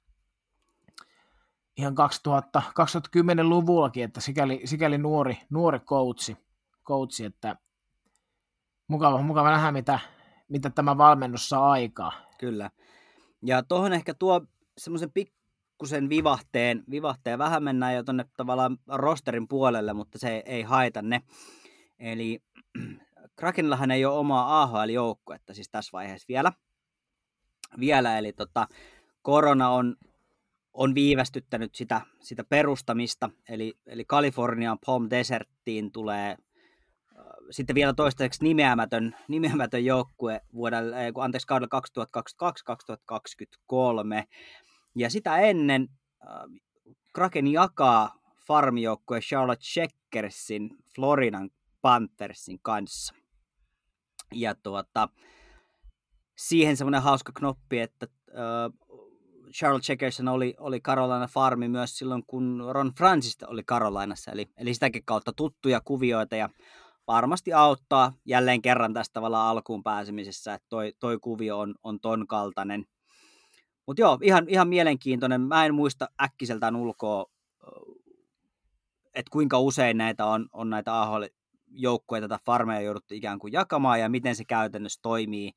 ihan 2010-luvullakin, että sikäli nuori coachi, että mukava nähdä, mitä tämä valmennus saa aikaa. Kyllä. Ja tuohon ehkä tuo semmoisen pikkusen vivahteen, vähän mennään jo tuonne tavallaan rosterin puolelle, mutta se ei haita ne. Eli Krakenillahan ei ole omaa AHL-joukkuetta siis tässä vaiheessa vielä eli korona on viivästyttänyt sitä perustamista, eli Kalifornian Palm Desertiin tulee sitten vielä toistaiseksi nimeämätön joukkue kaudella 2022-2023, ja sitä ennen Kraken jakaa farmijoukkue Charlotte Checkersin Floridan Panthersin kanssa. Ja siihen semmoinen hauska knoppi, että Charlotte Checkerson oli Carolina Farmi myös silloin, kun Ron Francis oli Carolinassa, eli sitäkin kautta tuttuja kuvioita, ja varmasti auttaa jälleen kerran tästä tavallaan alkuun pääsemisessä, että toi kuvio on ton kaltainen. Mutta joo, ihan mielenkiintoinen. Mä en muista äkkiseltään ulkoa, että kuinka usein näitä on näitä AHL-joukkueita tai farmeja jouduttu ikään kuin jakamaan, ja miten se käytännössä toimii.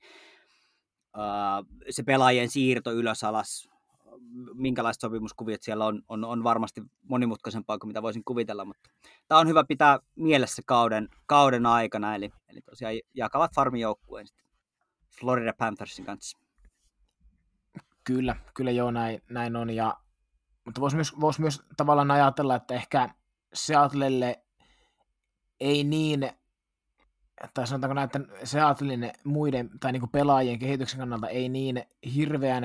Se pelaajien siirto ylös alas, minkälaiset sopimuskuviot siellä on varmasti monimutkaisempaa kuin mitä voisin kuvitella, mutta tämä on hyvä pitää mielessä kauden aikana, eli tosiaan jakavat farmijoukkueen Florida Panthersin kanssa. Kyllä joo, näin on, mutta voisi myös tavallaan ajatella, että ehkä Seattlelle ei niin, tai sanotaanko näiden Seattlein muiden tai niin kuin pelaajien kehityksen kannalta ei niin hirveän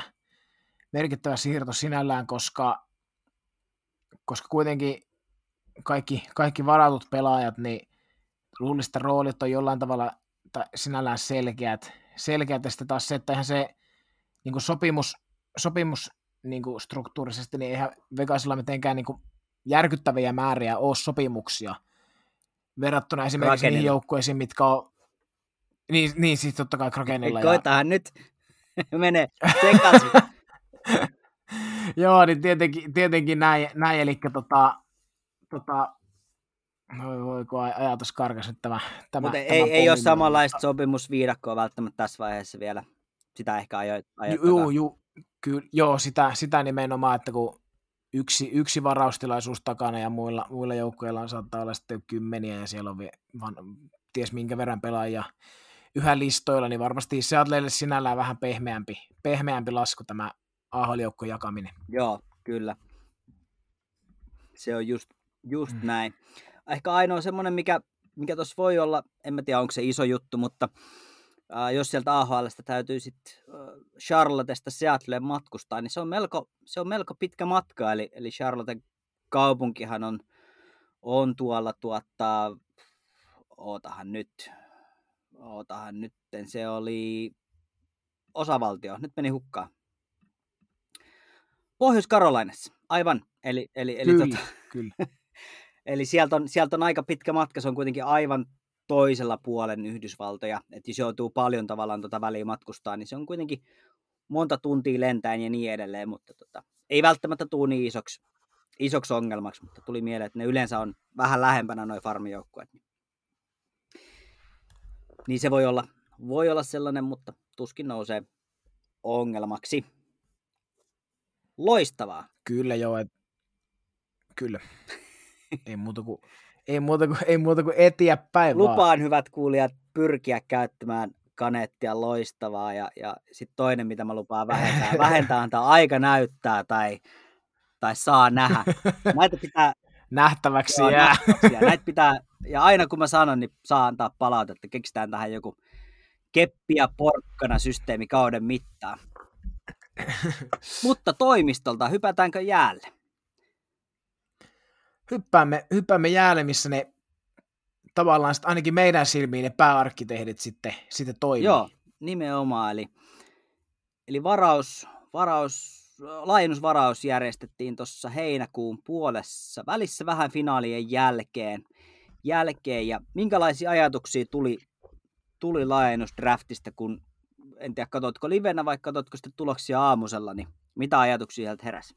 merkittävä siirto sinällään, koska kuitenkin kaikki varatut pelaajat, niin luulisi, että roolit on jollain tavalla sinällään selkeät ja sitten taas se, että eihän se niin sopimus niin struktuurisesti, niin eihän Vegasilla mitenkään niin järkyttäviä määriä ole sopimuksia verrattuna esimerkiksi niihin joukkueisiin, mitkä on niin siis totta kai Krakenilla. Koitahan nyt menee sekaisin. Joo, niin tietenkin näin eli voiko ajatus karkas nyt tämä mutta ei ole samanlaista sopimusviidakkoa välttämättä tässä vaiheessa vielä. Sitä ehkä ajoit. Joo, sitä nimenomaan, että kun yksi varaustilaisuus takana ja muilla joukkueilla saattaa olla sitten kymmeniä ja siellä on ties minkä verran pelaajia yhä listoilla, niin varmasti Seattleille sinällään vähän pehmeämpi lasku tämä AHL-joukkojen jakaminen. Joo, kyllä. Se on just näin. Ehkä ainoa semmoinen, mikä tuossa voi olla, en mä tiedä onko se iso juttu, mutta jos sieltä AHL:stä täytyy sitten Charlottesta Seattleen matkustaa, niin se on melko pitkä matka, eli Charlotten kaupunkihan on tuolla ootahan nyt, se oli osavaltio, nyt meni hukkaan. Pohjois-Carolinassa, aivan, eli kyllä. eli sieltä on aika pitkä matka, se on kuitenkin aivan toisella puolen Yhdysvaltoja, että jos joutuu paljon tavallaan väliä matkustaa, niin se on kuitenkin monta tuntia lentäen ja niin edelleen, mutta ei välttämättä tule niin isoksi ongelmaksi, mutta tuli mieleen, että ne yleensä on vähän lähempänä noi farmijoukkueet. Niin se voi olla sellainen, mutta tuskin nousee ongelmaksi. Loistavaa. Kyllä joo, kyllä. Ei muuta kuin eteenpäin. Lupaan hyvät kuulijat pyrkiä käyttämään kaneettia loistavaa ja sitten toinen, mitä mä lupaan vähentää antaa aika näyttää tai saa nähdä. Näitä pitää nähtäväksi jää. Näitä pitää, ja aina kun mä sanon, niin saa antaa palautetta. Keksitään tähän joku keppi ja porkkana systeemi kauden mittaan. Mutta toimistolta hypätäänkö jäälle? Hyppäämme jäälle, missä ne tavallaan ainakin meidän silmiin ne pääarkkitehdit sitten toimii. Joo, nimenomaan. Eli laajennusvaraus järjestettiin tuossa heinäkuun puolessa välissä vähän finaalien jälkeen. Ja minkälaisia ajatuksia tuli laajennusdraftista, kun en tiedä, katsotko livenä vai katsotko sitten tuloksia aamusella, niin mitä ajatuksia sieltä heräsi?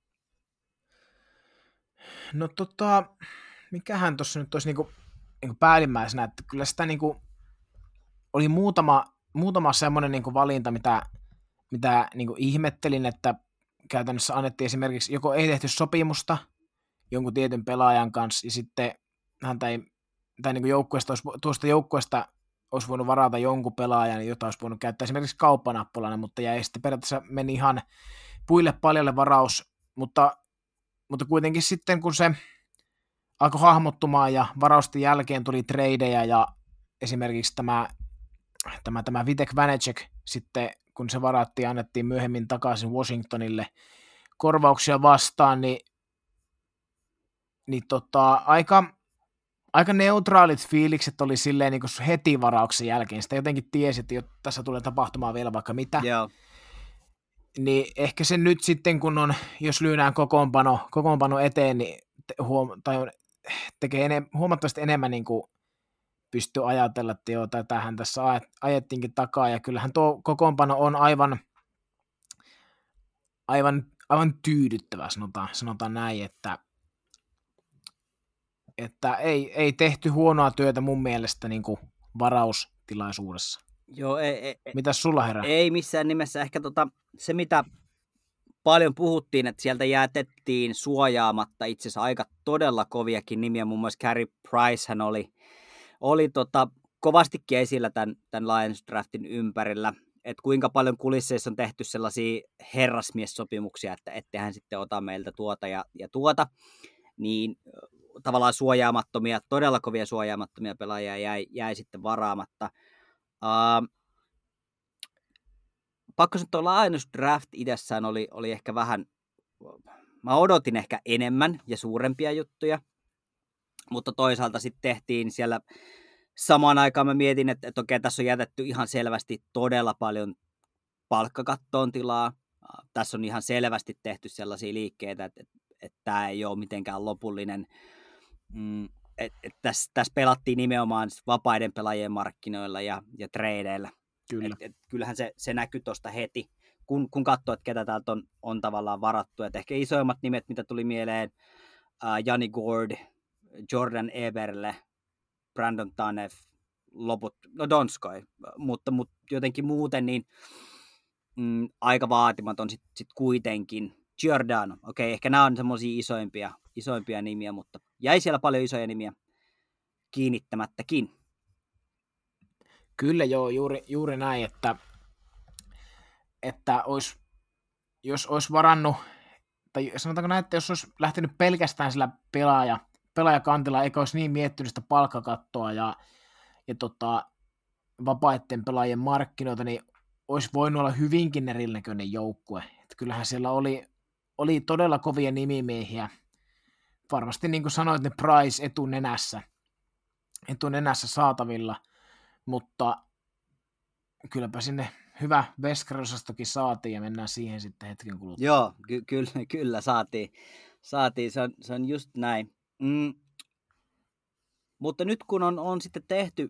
No mikähän tuossa nyt olisi niinku päällimmäisenä, että kyllä sitä niinku oli muutama semmoinen niinku valinta, mitä niinku ihmettelin, että käytännössä annettiin esimerkiksi, joko ei tehty sopimusta jonkun tietyn pelaajan kanssa, ja sitten häntä ei, tai niinku tuosta joukkueesta olisi voinut varata jonkun pelaajan, jota olisi voinut käyttää esimerkiksi kauppanappulana, mutta jäi sitten periaatteessa meni ihan puille paljalle varaus, mutta kuitenkin sitten, kun se alkoi hahmottumaan ja varausten jälkeen tuli tradeja ja esimerkiksi tämä Vitek Vanecek sitten, kun se varattiin, annettiin myöhemmin takaisin Washingtonille korvauksia vastaan, niin aika neutraalit fiilikset oli silleen niin kuin heti varauksen jälkeen. Sitä jotenkin tiesi, että tässä tulee tapahtumaan vielä vaikka mitä. Joo. Niin ehkä se nyt sitten, jos lyydään kokoonpano eteen, niin tekee huomattavasti enemmän niin kuin pystyy ajatella, että joo, tätähän tässä ajettiinkin takaa, ja kyllähän tuo kokoonpano on aivan tyydyttävä, sanotaan näin, että ei tehty huonoa työtä mun mielestä niin kuin varaustilaisuudessa. Joo, mitäs sulla herää? Ei missään nimessä. Ehkä se, mitä paljon puhuttiin, että sieltä jätettiin suojaamatta itse asiassa aika todella koviakin nimiä. Muun muassa Carey Price hän oli kovastikin esillä tämän Lions draftin ympärillä. Että kuinka paljon kulisseissa on tehty sellaisia herrasmiessopimuksia, että ettehän sitten ota meiltä tuota ja tuota. Niin tavallaan todella kovia suojaamattomia pelaajia jäi sitten varaamatta. Pakko sanoa, että Lions draft itsessään oli ehkä vähän, mä odotin ehkä enemmän ja suurempia juttuja, Mutta toisaalta sitten tehtiin siellä samaan aikaan mä mietin, että okei, tässä on jätetty ihan selvästi todella paljon palkkakattoon tilaa. Tässä on ihan selvästi tehty sellaisia liikkeitä, että tämä ei ole mitenkään lopullinen. Tässä pelattiin nimenomaan vapaiden pelaajien markkinoilla ja tradeilla. Kyllä. Kyllähän se näkyy tuosta heti, kun katsoo, että ketä täältä on tavallaan varattu. Et ehkä isoimmat nimet, mitä tuli mieleen, Yanni Gourde, Jordan Eberle, Brandon Tanev, loput, no Donskoi, mutta jotenkin muuten niin aika vaatimaton sit kuitenkin. Giordano, okei, ehkä nämä on semmoisia isoimpia nimiä, mutta jäi siellä paljon isoja nimiä kiinnittämättäkin. Kyllä joo, juuri näin, että jos olisi varannut, tai sanotaanko näin, että jos olisi lähtenyt pelkästään sillä pelaajakantilla, eikä olisi niin miettinyt sitä palkkakattoa ja vapaiden pelaajien markkinoita, niin olisi voinut olla hyvinkin erinäköinen joukkue. Että kyllähän siellä oli todella kovia nimimiehiä. Varmasti niin kuin sanoit, ne Price etunenässä saatavilla, mutta kylläpä sinne hyvä Veskarosastokin saatiin ja mennään siihen sitten hetken kuluttua. Joo, kyllä saatiin. Se on just näin. Mutta nyt kun on sitten tehty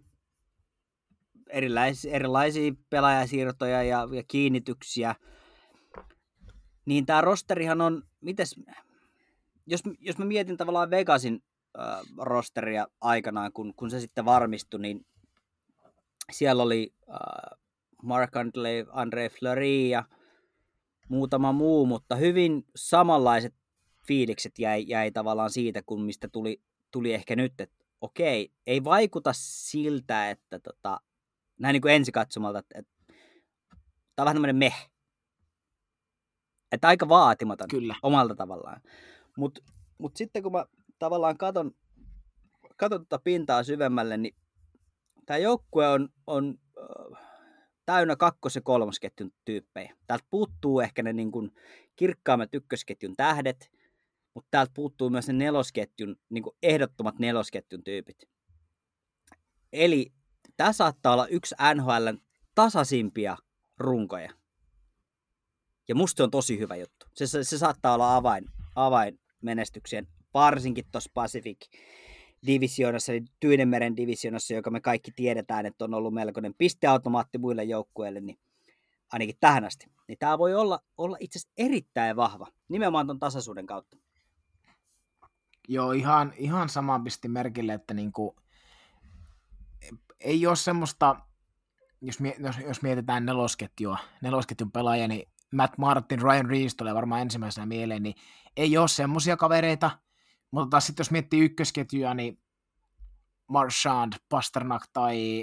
erilaisia pelaajasiirtoja ja kiinnityksiä, niin tämä rosterihan on, jos mä mietin tavallaan Vegasin rosteria aikanaan, kun se sitten varmistui, niin siellä oli Marc-Andre Fleury ja muutama muu, mutta hyvin samanlaiset fiilikset jäi tavallaan siitä, kun mistä tuli ehkä nyt, että okei, ei vaikuta siltä, että näin niin kuin ensikatsomalta, että tämä on vähän tämmöinen meh. Että aika vaatimaton. Kyllä. Omalta tavallaan. Mut sitten kun mä tavallaan katon tuota pintaa syvemmälle, niin tämä joukkue on täynnä kakkos- ja kolmosketjun tyyppejä. Täältä puuttuu ehkä ne niin kuin kirkkaammat ykkösketjun tähdet, mutta täältä puuttuu myös ne nelosketjun, niin kuin ehdottomat nelosketjun tyypit. Eli tämä saattaa olla yksi NHL:n tasaisimpia runkoja. Ja musta on tosi hyvä juttu. Se saattaa olla avain menestykseen, varsinkin tuossa Pacific-divisioonassa, eli Tyynenmeren divisioonassa, joka me kaikki tiedetään, että on ollut melkoinen pisteautomaatti muille joukkueille, niin ainakin tähän asti. Niin tämä voi olla itse asiassa erittäin vahva, nimenomaan tuon tasaisuuden kautta. Joo, ihan samaan pisti merkille, että niinku, ei ole semmoista, jos mietitään nelosketjun pelaajia, niin Matt Martin, Ryan Reese tulee varmaan ensimmäisenä mieleen, niin ei ole semmoisia kavereita, mutta taas sitten jos miettii ykkösketjuja, niin Marchand, Pasternak tai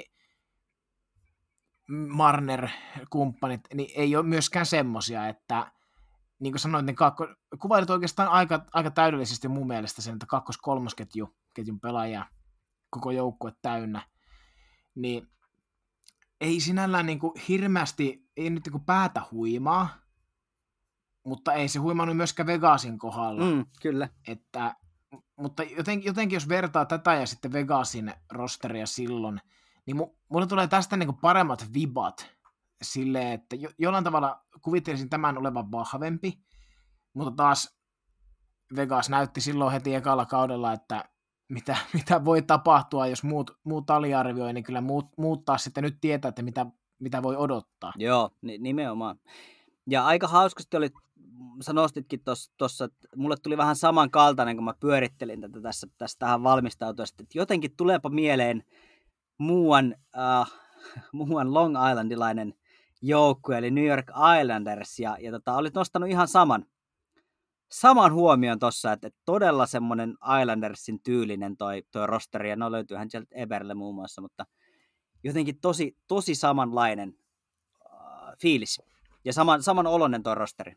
Marner kumppanit, niin ei ole myöskään semmoisia, että niin kuin sanoit, niin kuvailit oikeastaan aika täydellisesti mun mielestä sen, että kakkos-kolmosketjun pelaajia koko joukkue täynnä, niin ei sinällään niin kuin hirveästi, ei nyt niin kuin päätä huimaa, mutta ei se huimannut myöskään Vegasin kohdalla. Kyllä. Mutta jotenkin jos vertaa tätä ja sitten Vegasin rosteria silloin, niin mulle tulee tästä niin kuin paremmat vibat silleen, että jollain tavalla kuvittelisin tämän olevan vahvempi, mutta taas Vegas näytti silloin heti ekalla kaudella, että mitä voi tapahtua, jos muut aliarvioi, niin kyllä muuttaa sitten nyt tietää, että mitä voi odottaa. Joo, nimenomaan. Ja aika hauskasti sä nostitkin tuossa, että mulle tuli vähän samankaltainen, kun mä pyörittelin tätä tässä tähän valmistautuessa, että jotenkin tuleepa mieleen muuan Long Islandilainen joukkue, eli New York Islanders, ja olit nostanut ihan saman huomion tuossa, että todella semmoinen Islandersin tyylinen toi rosteri, ja no löytyyhän sieltä Eberle muun muassa, mutta jotenkin tosi samanlainen fiilis, ja saman oloinen toi rosteri.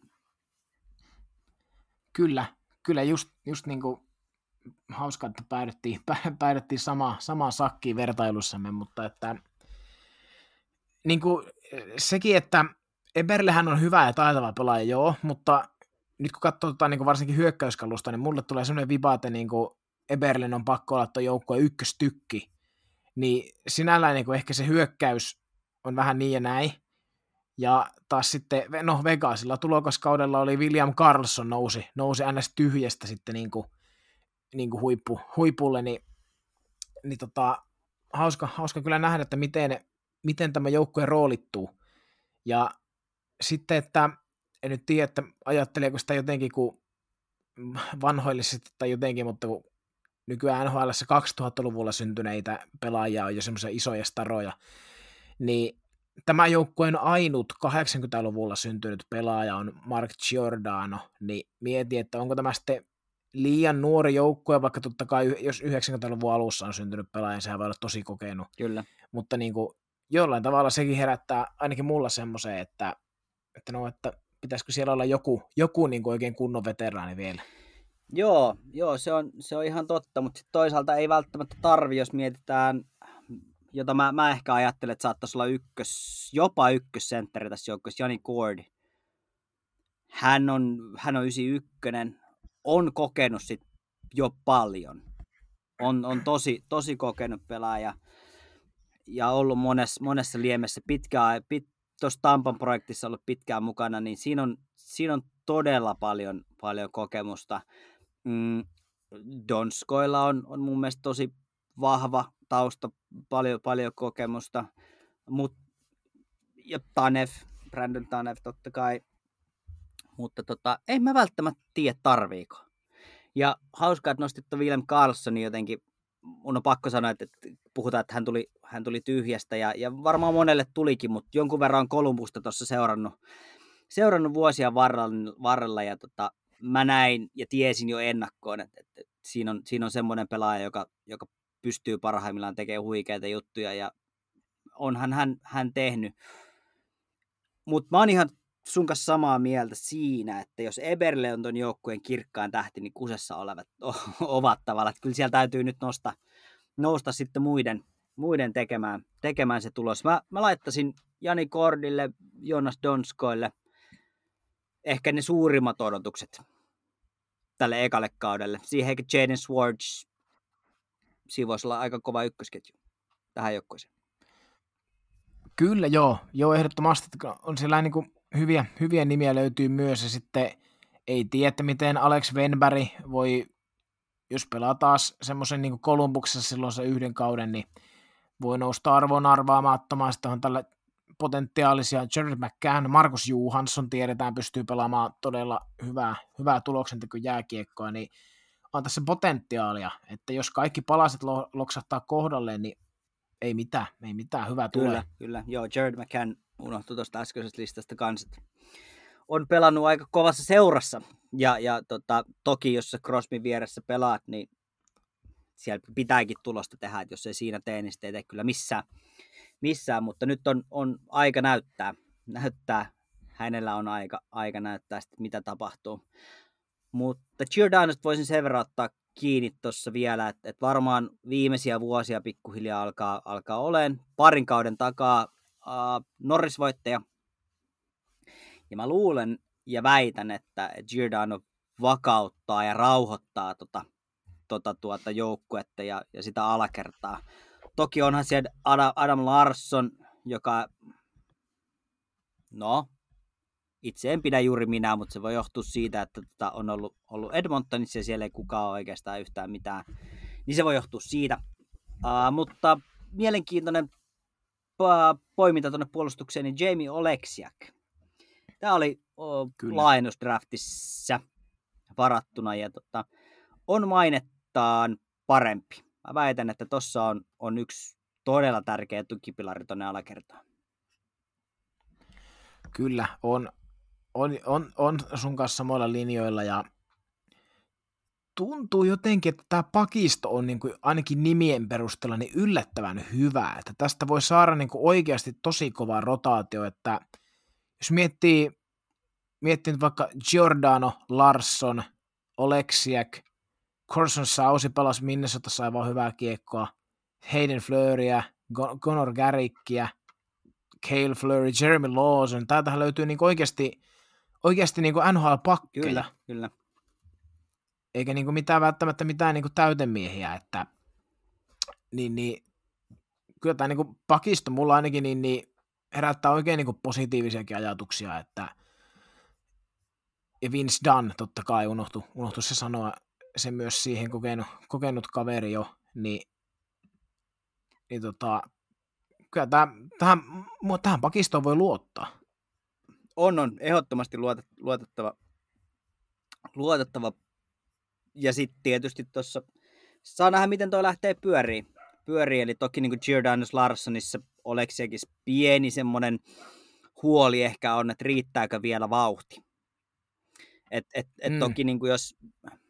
Kyllä just niin kuin hauska, että päädyttiin samaan sakkiin vertailussamme, mutta että niin kuin sekin, että Eberlehän on hyvä ja taitava pelaaja, joo, mutta nyt kun katsoo niin kuin varsinkin hyökkäyskalusta, niin mulle tulee sellainen viba, että niin kuin Eberlen on pakko olla tuon joukkueen ykköstykki, niin sinällään niin ehkä se hyökkäys on vähän niin ja näin. Ja taas sitten, no Vegasilla tulokaskaudella oli William Karlsson nousi ns. Tyhjästä sitten niin kuin huipulle, niin hauska kyllä nähdä, että miten tämä joukkue roolittuu. Ja sitten, että en nyt tiedä, että ajatteleeko sitä jotenkin kuin vanhoillisesti tai jotenkin, mutta kun nykyään NHL:ssä 2000-luvulla syntyneitä pelaajia on jo semmoisia isoja staroja, niin tämä joukkueen ainut 80-luvulla syntynyt pelaaja on Mark Giordano, niin mietin, että onko tämä sitten liian nuori joukkue, vaikka totta kai jos 90-luvun alussa on syntynyt pelaaja, sehän voi olla tosi kokenut. Kyllä. Mutta niin kuin, jollain tavalla sekin herättää ainakin mulla semmoiseen, että pitäisikö siellä olla joku niin kuin oikein kunnon veteraani vielä. Joo, se on ihan totta, mutta sit toisaalta ei välttämättä tarvi, jos mietitään, jota mä ehkä ajattelen, että saattaisi olla jopa ykkössentteri tässä joukkueessa, Jani Gord. Hän on 91, on kokenut sit jo paljon. On tosi kokenut pelaaja ja ollut monessa liemessä tuossa Tampan projektissa ollut pitkään mukana, niin siinä on todella paljon kokemusta. Donskoilla on mun mielestä tosi vahva tausta, paljon kokemusta, ja Brandon Tanev totta kai, mutta en mä välttämättä tiedä tarviiko. Ja hauskaa, että nostit William Karlssonin jotenkin, mun on pakko sanoa, että puhutaan, että hän tuli tyhjästä, ja varmaan monelle tulikin, mutta jonkun verran Columbusta tuossa seurannut vuosia varrella ja mä näin ja tiesin jo ennakkoon, että siinä on semmoinen pelaaja, joka pystyy parhaimmillaan tekemään huikeita juttuja ja onhan hän tehnyt. Mutta mä oon ihan sun kanssa samaa mieltä siinä, että jos Eberle on ton joukkueen kirkkaan tähti, niin kusessa olevat ovat tavallaan. Kyllä siellä täytyy nyt nousta sitten muiden tekemään se tulos. Mä laittaisin Jani Gordille, Jonas Donskoille ehkä ne suurimmat odotukset tälle ekalle kaudelle. Siihen ehkä Jaden Schwartz, siinä voisi olla aika kova ykkösketju tähän joukkueeseen. Kyllä, joo, ehdottomasti on siellä niin kuin hyviä nimiä löytyy myös, ja sitten ei tiedä, että miten Alex Wenberg voi, jos pelaa taas semmoisen niin kuin Columbuksessa silloin se yhden kauden, niin voi nousta arvoon arvaamattomaan, sitten on tällä potentiaalisia Jared McCann, Markus Johansson tiedetään pystyy pelaamaan todella hyvää tuloksentekoa jääkiekkoa, niin on tässä potentiaalia, että jos kaikki palaset loksahtaa kohdalleen, niin ei mitään, hyvää tulee. Kyllä. Joo, Jared McCann unohtui tuosta äskeisestä listasta kanssa. On pelannut aika kovassa seurassa, ja toki jos sä Crosbyn vieressä pelaat, niin siellä pitääkin tulosta tehdä, että jos ei siinä tee, niin ei tee kyllä missään, mutta nyt on aika näyttää, hänellä on aika näyttää sitten, mitä tapahtuu. Mutta Giordanosta voisin sen verran ottaa kiinni tuossa vielä, että varmaan viimeisiä vuosia pikkuhiljaa alkaa olemaan parin kauden takaa Norris-voittaja. Ja mä luulen ja väitän, että Giordano vakauttaa ja rauhoittaa tuota joukkuetta ja sitä alakertaa. Toki onhan siellä Adam Larsson, joka, itse en pidä juuri minä, mutta se voi johtua siitä, että on ollut Edmontonissa ja siellä ei kukaan ole oikeastaan yhtään mitään. Niin se voi johtua siitä. Mutta mielenkiintoinen poiminta tuonne puolustukseen, niin Jamie Oleksiak. Tämä oli laajennusdraftissa varattuna ja on mainettaan parempi. Mä väitän, että tuossa on yksi todella tärkeä tukipilari tuonne alakertaan. Kyllä, on sun kanssa samoilla linjoilla ja tuntuu jotenkin, että tämä pakisto on niin kuin ainakin nimien perusteella niin yllättävän hyvä, että tästä voi saada niin kuin oikeasti tosi kova rotaatio, että jos miettii nyt vaikka Giordano, Larsson, Oleksiak, Carson Sausi pelasi Minnesotassa aivan hyvää kiekkoa, Hayden Fleuryä, Conor Garrickia, Cale Fleury, Jeremy Lawson, täältähän löytyy niin oikeasti niin NHL-pakkeja. Kyllä. eikä niinku välttämättä mitään niinku täytemiehiä, että niin, kyllä tämä niinku pakisto mulla ainakin niin herättää oikein niinku positiivisiakin ajatuksia, että ja Vince Dunn totta kai unohtu se sanoa, se myös siihen kokenut kaveri jo, niin kyllä tähän pakistoon voi luottaa. On ehdottomasti luotettava. Ja sitten tietysti tuossa saa nähdä, miten toi lähtee pyöriin. Eli toki niin kuin Giordano's Larssonissa Oleksiakin pieni semmoinen huoli ehkä on, että riittääkö vielä vauhti. Toki niin kuin jos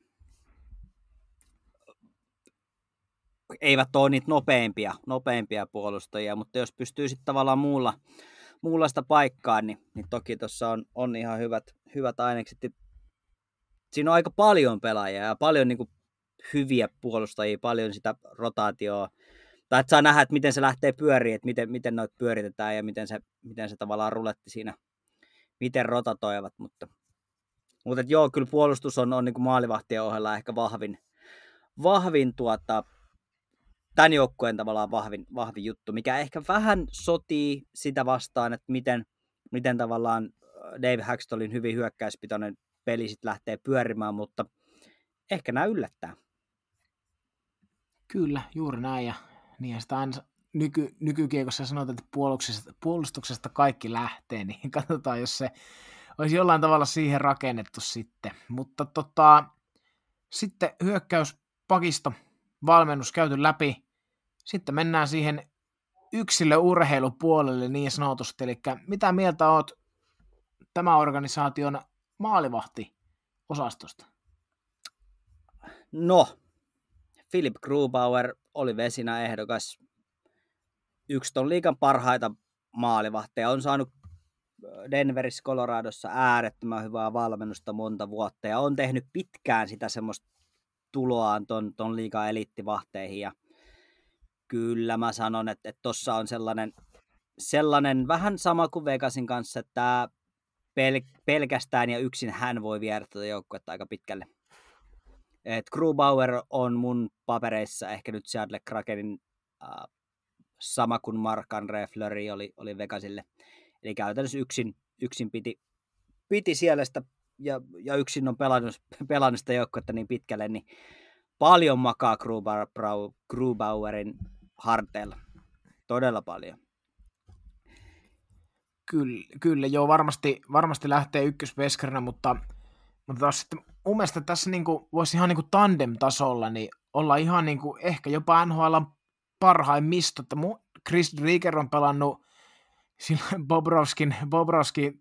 eivät ole niitä nopeimpia puolustajia, mutta jos pystyy sitten tavallaan muulla sitä paikkaa, niin toki tuossa on ihan hyvät ainekset. Siinä on aika paljon pelaajia ja paljon niin kuin hyviä puolustajia, paljon sitä rotaatioa. Tai että saa nähdä, että miten se lähtee pyöriin, että miten noita pyöritetään ja miten se tavallaan ruletti siinä, miten rotatoivat. Mutta joo, kyllä puolustus on niin kuin maalivahtien ohella ehkä vahvin tämän joukkueen tavallaan vahvin juttu, mikä ehkä vähän sotii sitä vastaan, että miten tavallaan Dave Haxtellin hyvin hyökkäyspitoinen peli sitten lähtee pyörimään, mutta ehkä nämä yllättää. Kyllä, juuri näin. Ja niin sitä aina nykykiekossa sanotaan, että puolustuksesta kaikki lähtee, niin katsotaan, jos se olisi jollain tavalla siihen rakennettu sitten. Mutta sitten hyökkäyspakisto, valmennus käyty läpi. Sitten mennään siihen yksilöurheilupuolelle niin sanotusti. Eli mitä mieltä oot tämän organisaation maalivahti-osastosta? No, Philip Grubauer oli vesinä ehdokas. Yksi ton liigan parhaita maalivahteja. On saanut Denverissä, Coloradossa äärettömän hyvää valmennusta monta vuotta ja on tehnyt pitkään sitä semmoista tuloaan ton liigan eliittivahteihin. Ja kyllä mä sanon, että tossa on sellainen vähän sama kuin Vegasin kanssa, että pelkästään ja yksin hän voi viedä tätä joukkuetta aika pitkälle. Et Grubauer on mun papereissa ehkä nyt Seattle Krakenin sama kuin Marc-André Fleury oli Vegasille. Eli käytännössä yksin piti siellä sitä, ja yksin on pelannut sitä joukkuetta niin pitkälle, niin paljon makaa Grubauerin harteilla. Todella paljon. Kyllä joo, varmasti lähtee ykkösveskarina, mutta taas sitten mun mielestä tässä niinku, voisi ihan niinku tandem-tasolla niin olla ihan niinku, ehkä jopa NHL:n parhaimmista. Chris Driedger on pelannut silloin Bobrovskin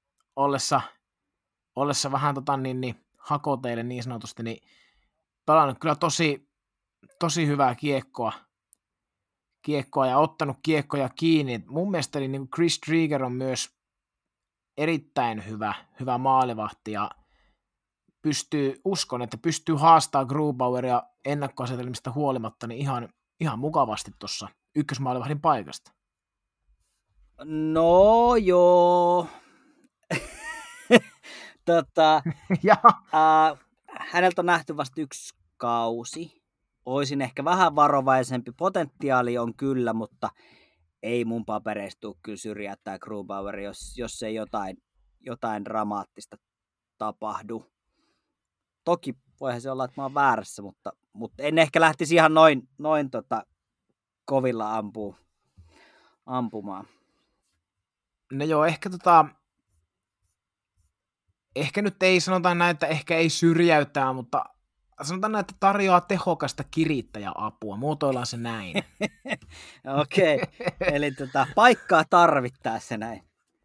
ollessa vähän hakoteille niin sanotusti, niin pelannut kyllä tosi hyvää kiekkoa ja ottanut kiekkoja kiinni. Mun mielestä niin Chris Driedger on myös erittäin hyvä maalivahti ja uskon, että pystyy haastamaan Grubaueria ennakkoasetelmista huolimatta niin ihan mukavasti tuossa ykkösmaalivahdin paikasta. No joo. Häneltä on nähty vasta yksi kausi. Oisin ehkä vähän varovaisempi. Potentiaali on kyllä, mutta ei mun papereista tule kyllä syrjäyttää Grubauer, jos ei jotain dramaattista tapahdu. Toki voihan se olla, että mä oon väärässä, mutta en ehkä lähtisi ihan noin kovilla ampumaan. No joo, ehkä nyt ei sanota näin, että ehkä ei syrjäyttää, mutta sanotaan näin, että tarjoaa tehokasta kirittäjäapua. Muotoillaan se näin. Okei, eli paikkaa tarvittaessa näin.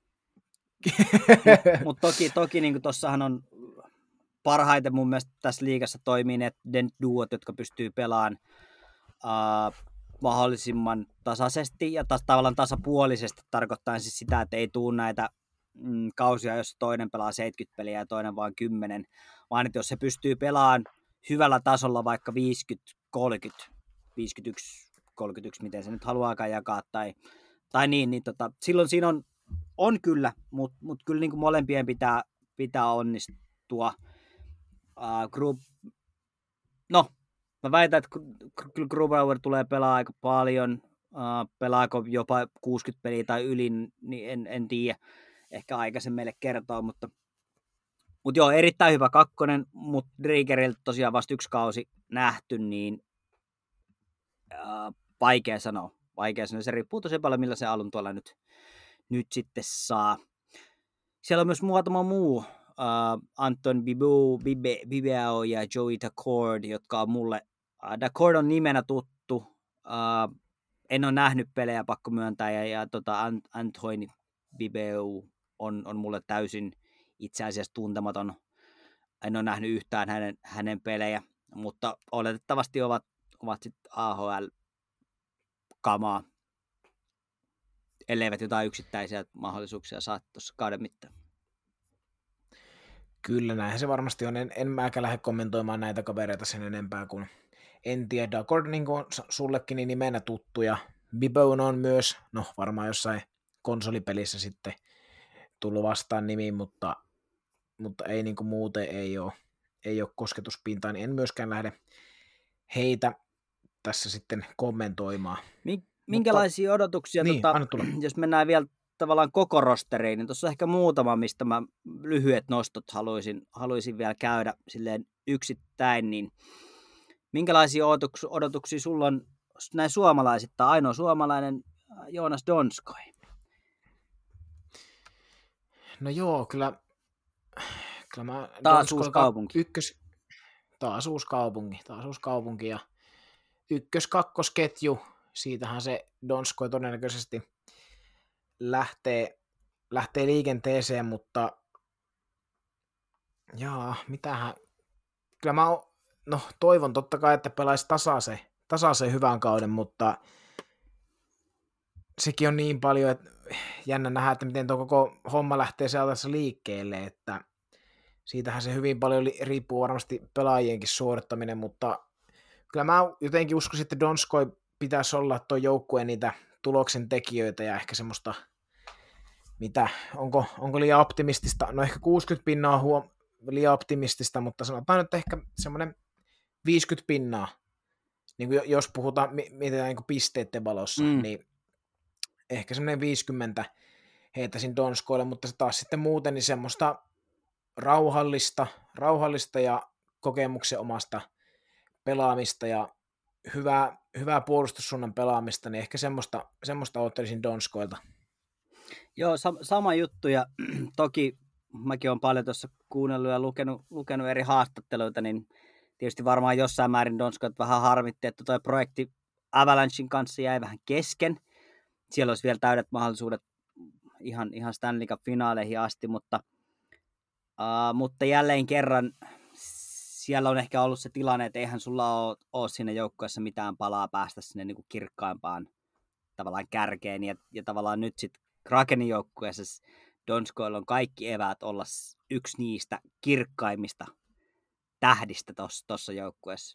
Mutta toki niin tossahan on parhaiten mun mielestä tässä liigassa toimii ne duot, jotka pystyy pelaamaan mahdollisimman tasaisesti ja tavallaan tasapuolisesti, tarkoittaa siis sitä, että ei tule näitä kausia, jos toinen pelaa 70 peliä ja toinen vain 10, vaan että jos se pystyy pelaamaan hyvällä tasolla vaikka 50-30, 51-31, miten se nyt haluaakaan jakaa, tai niin silloin siinä on kyllä, mutta kyllä niin kuin molempien pitää onnistua. No, mä väitän, että kyllä Grubauer tulee pelaa aika paljon. Pelaako jopa 60 peliä tai yli, niin en tiedä. Ehkä aika se meille kertoo, mutta joo, erittäin hyvä kakkonen, mutta Driegeriltä tosiaan vasta 1 kausi nähty, niin vaikea sanoa. Se riippuu tosi paljon, millä se alun tuolla nyt sitten saa. Siellä on myös muutama muu, Anton Bibeo ja Joey Daccord, jotka on mulle, Daccord on nimenä tuttu, en ole nähnyt pelejä, pakko myöntää, ja Antoine Bibeo on mulle täysin itse asiassa tuntematon. En ole nähnyt yhtään hänen pelejä, mutta oletettavasti ovat sitten AHL-kamaa, elleivät jotain yksittäisiä mahdollisuuksia saa tuossa kauden mittaan. Kyllä, näinhän se varmasti on. En mäkään lähde kommentoimaan näitä kavereita sen enempää, kun en tiedä. Daccord niin kuin sullekin niin nimenä tuttu, ja Bibone on myös, no varmaan jossain konsolipelissä sitten tullut vastaan nimiin, mutta ei niin kuin muuten ei ole kosketuspintaa, niin en myöskään lähde heitä tässä sitten kommentoimaan. Minkälaisia odotuksia, niin, jos mennään vielä tavallaan koko rosteriin, niin tuossa on ehkä muutama, mistä mä lyhyet nostot haluaisin vielä käydä silleen yksittäin, niin minkälaisia odotuksia sulla on näin suomalaisittain? Ainoa suomalainen Joonas Donskoi. No joo, kyllä mä taas uusi kaupunki. Taas uusi kaupunki ja ykkös-kakkosketju, siitähän se Donskoi todennäköisesti lähtee liikenteeseen, mutta mitähän, kyllä mä toivon totta kai, että pelaisi tasaisen hyvän kauden, mutta sekin on niin paljon, että jännä nähdä, että miten tuo koko homma lähtee sieltä liikkeelle, että siitähän se hyvin paljon riippuu varmasti pelaajienkin suorittaminen, mutta kyllä mä jotenkin uskoisin, että Donskoi pitäisi olla tuo joukkueen niitä tuloksen tekijöitä ja ehkä semmoista, onko liian optimistista, no ehkä 60 pinnaa on liian optimistista, mutta sanotaan nyt ehkä semmoinen 50 pinnaa, niin kuin jos puhutaan mietitään niin kuin pisteiden valossa, niin ehkä semmoinen 50 heitäisin Donskoille, mutta se taas sitten muuten niin semmoista rauhallista ja kokemuksen omasta pelaamista ja hyvää puolustussuunnan pelaamista, niin ehkä semmoista odottelisin Donskoilta. Joo, sama juttu, ja toki mäkin olen paljon tuossa kuunnellut ja lukenut eri haastatteluita, niin tietysti varmaan jossain määrin Donskoit vähän harmitti, että tuo projekti Avalanchein kanssa jäi vähän kesken. Siellä olisi vielä täydet mahdollisuudet ihan Stanley Cup-finaaleihin asti, mutta jälleen kerran siellä on ehkä ollut se tilanne, että eihän sulla ole siinä joukkueessa mitään palaa päästä sinne niin kuin kirkkaimpaan tavallaan kärkeen, ja tavallaan nyt sitten Krakenin joukkueessa Donskoilla on kaikki eväät olla yksi niistä kirkkaimmista tähdistä tuossa joukkueessa.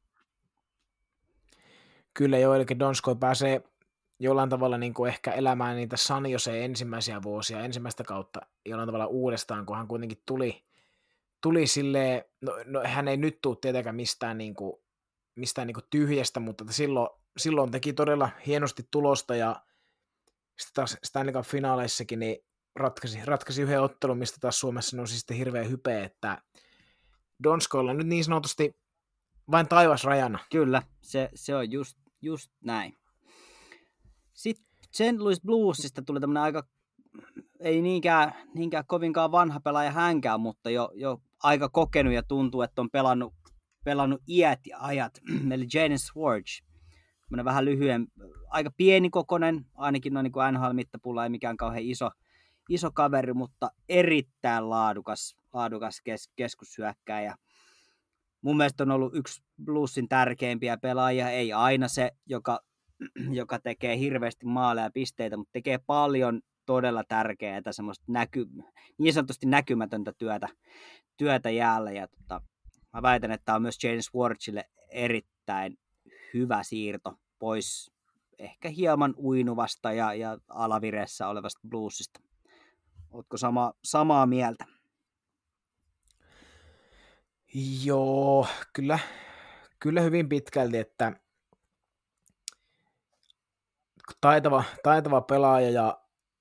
Kyllä joo, eli Donskoi pääsee jollain tavalla niin kuin ehkä elämään niitä San Joseen ensimmäisiä vuosia, ensimmäistä kautta jollain tavalla uudestaan, kun hän kuitenkin tuli silleen, no hän ei nyt tule tietenkään mistään tyhjästä, mutta silloin teki todella hienosti tulosta, ja sitten taas Stanley Cup-finaaleissakin niin ratkaisi yhden ottelun, mistä taas Suomessa nousi sitten hirveä hype, että Donskoilla on nyt niin sanotusti vain taivas rajana. Kyllä, se on just näin. Sitten St. Louis Bluesista tuli tämmöinen aika, ei niinkään kovinkaan vanha pelaaja hänkään, mutta jo aika kokenut ja tuntuu, että on pelannut iät ja ajat. Eli Jaden Schwartz, tämmöinen vähän lyhyen, aika pienikokoinen, ainakin noin niin kuin NHL-mittapulla, ei mikään kauhean iso kaveri, mutta erittäin laadukas keskushyökkääjä. Mun mielestä on ollut yksi Bluesin tärkeimpiä pelaajia, ei aina se, joka tekee hirveästi maaleja ja pisteitä, mutta tekee paljon todella tärkeää semmoista niin sanotusti näkymätöntä työtä jäällä. Ja mä väitän, että tämä on myös Jaden Schwartzille erittäin hyvä siirto pois ehkä hieman uinuvasta ja alavireessä olevasta Bluesista. Ootko samaa mieltä? Joo, kyllä kyllä hyvin pitkälti, että taitava pelaaja ja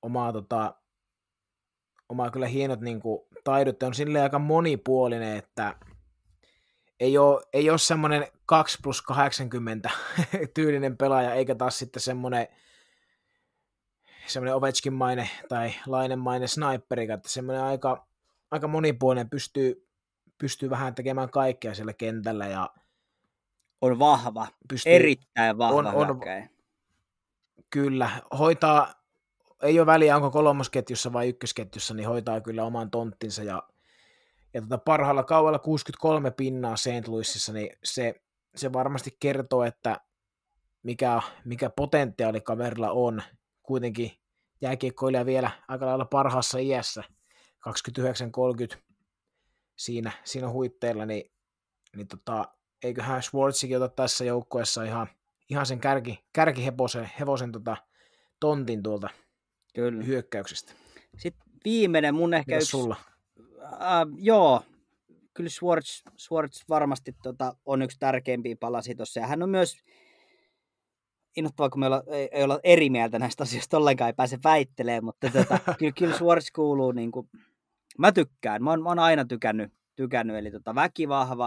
omaa kyllä hienot niin kuin, taidot on silleen aika monipuolinen, että ei ole semmoinen 2+80 tyylinen pelaaja, eikä taas sitten semmoinen Ovechkin-mainen tai Lainen-mainen sniperi, että semmoinen aika monipuolinen pystyy vähän tekemään kaikkea siellä kentällä ja on vahva, erittäin vahva hyökkäjä. Kyllä, hoitaa, ei ole väliä onko kolmosketjussa vai ykkösketjussa, niin hoitaa kyllä oman tonttinsa ja parhaalla kaudella 63 pinnaa St. Louisissa, niin se varmasti kertoo, että mikä potentiaali kaverilla on. Kuitenkin jääkiekkoilija vielä aika lailla parhaassa iässä, 29-30 siinä huitteilla, niin eiköhän Schwartzikin ota tässä joukkueessa ihan sen kärkihevosen tontin tuolta Kyllä. hyökkäyksestä. Sitten viimeinen mun ehkä Mitäs sulla? Joo, kyllä Schwartz varmasti on yksi tärkeimpiä palasia tuossa, ja hän on myös innoittavaa, kun me ei olla eri mieltä näistä asioista ollenkaan, ei pääse väittelemään, mutta kyllä Schwartz kuuluu, niin kuin, mä tykkään, mä oon aina tykännyt eli väkivahva,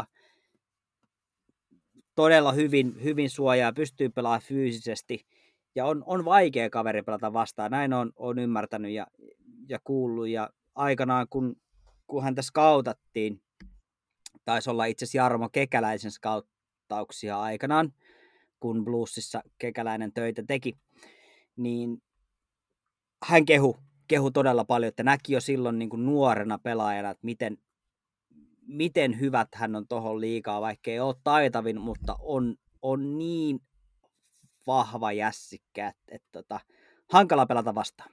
todella hyvin suojaa, pystyy pelaamaan fyysisesti, ja on vaikea kaveri pelata vastaan, näin on ymmärtänyt ja kuullut, ja aikanaan kun häntä skautattiin, taisi olla itse asiassa Jarmo Kekäläisen skauttauksia aikanaan, kun Bluesissa Kekäläinen töitä teki, niin hän kehu todella paljon, että näki jo silloin niin kuin nuorena pelaajana, että miten hyvät hän on tohon liigaa, vaikka ei ole taitavin, mutta on niin vahva jässikkä, että hankala pelata vastaan.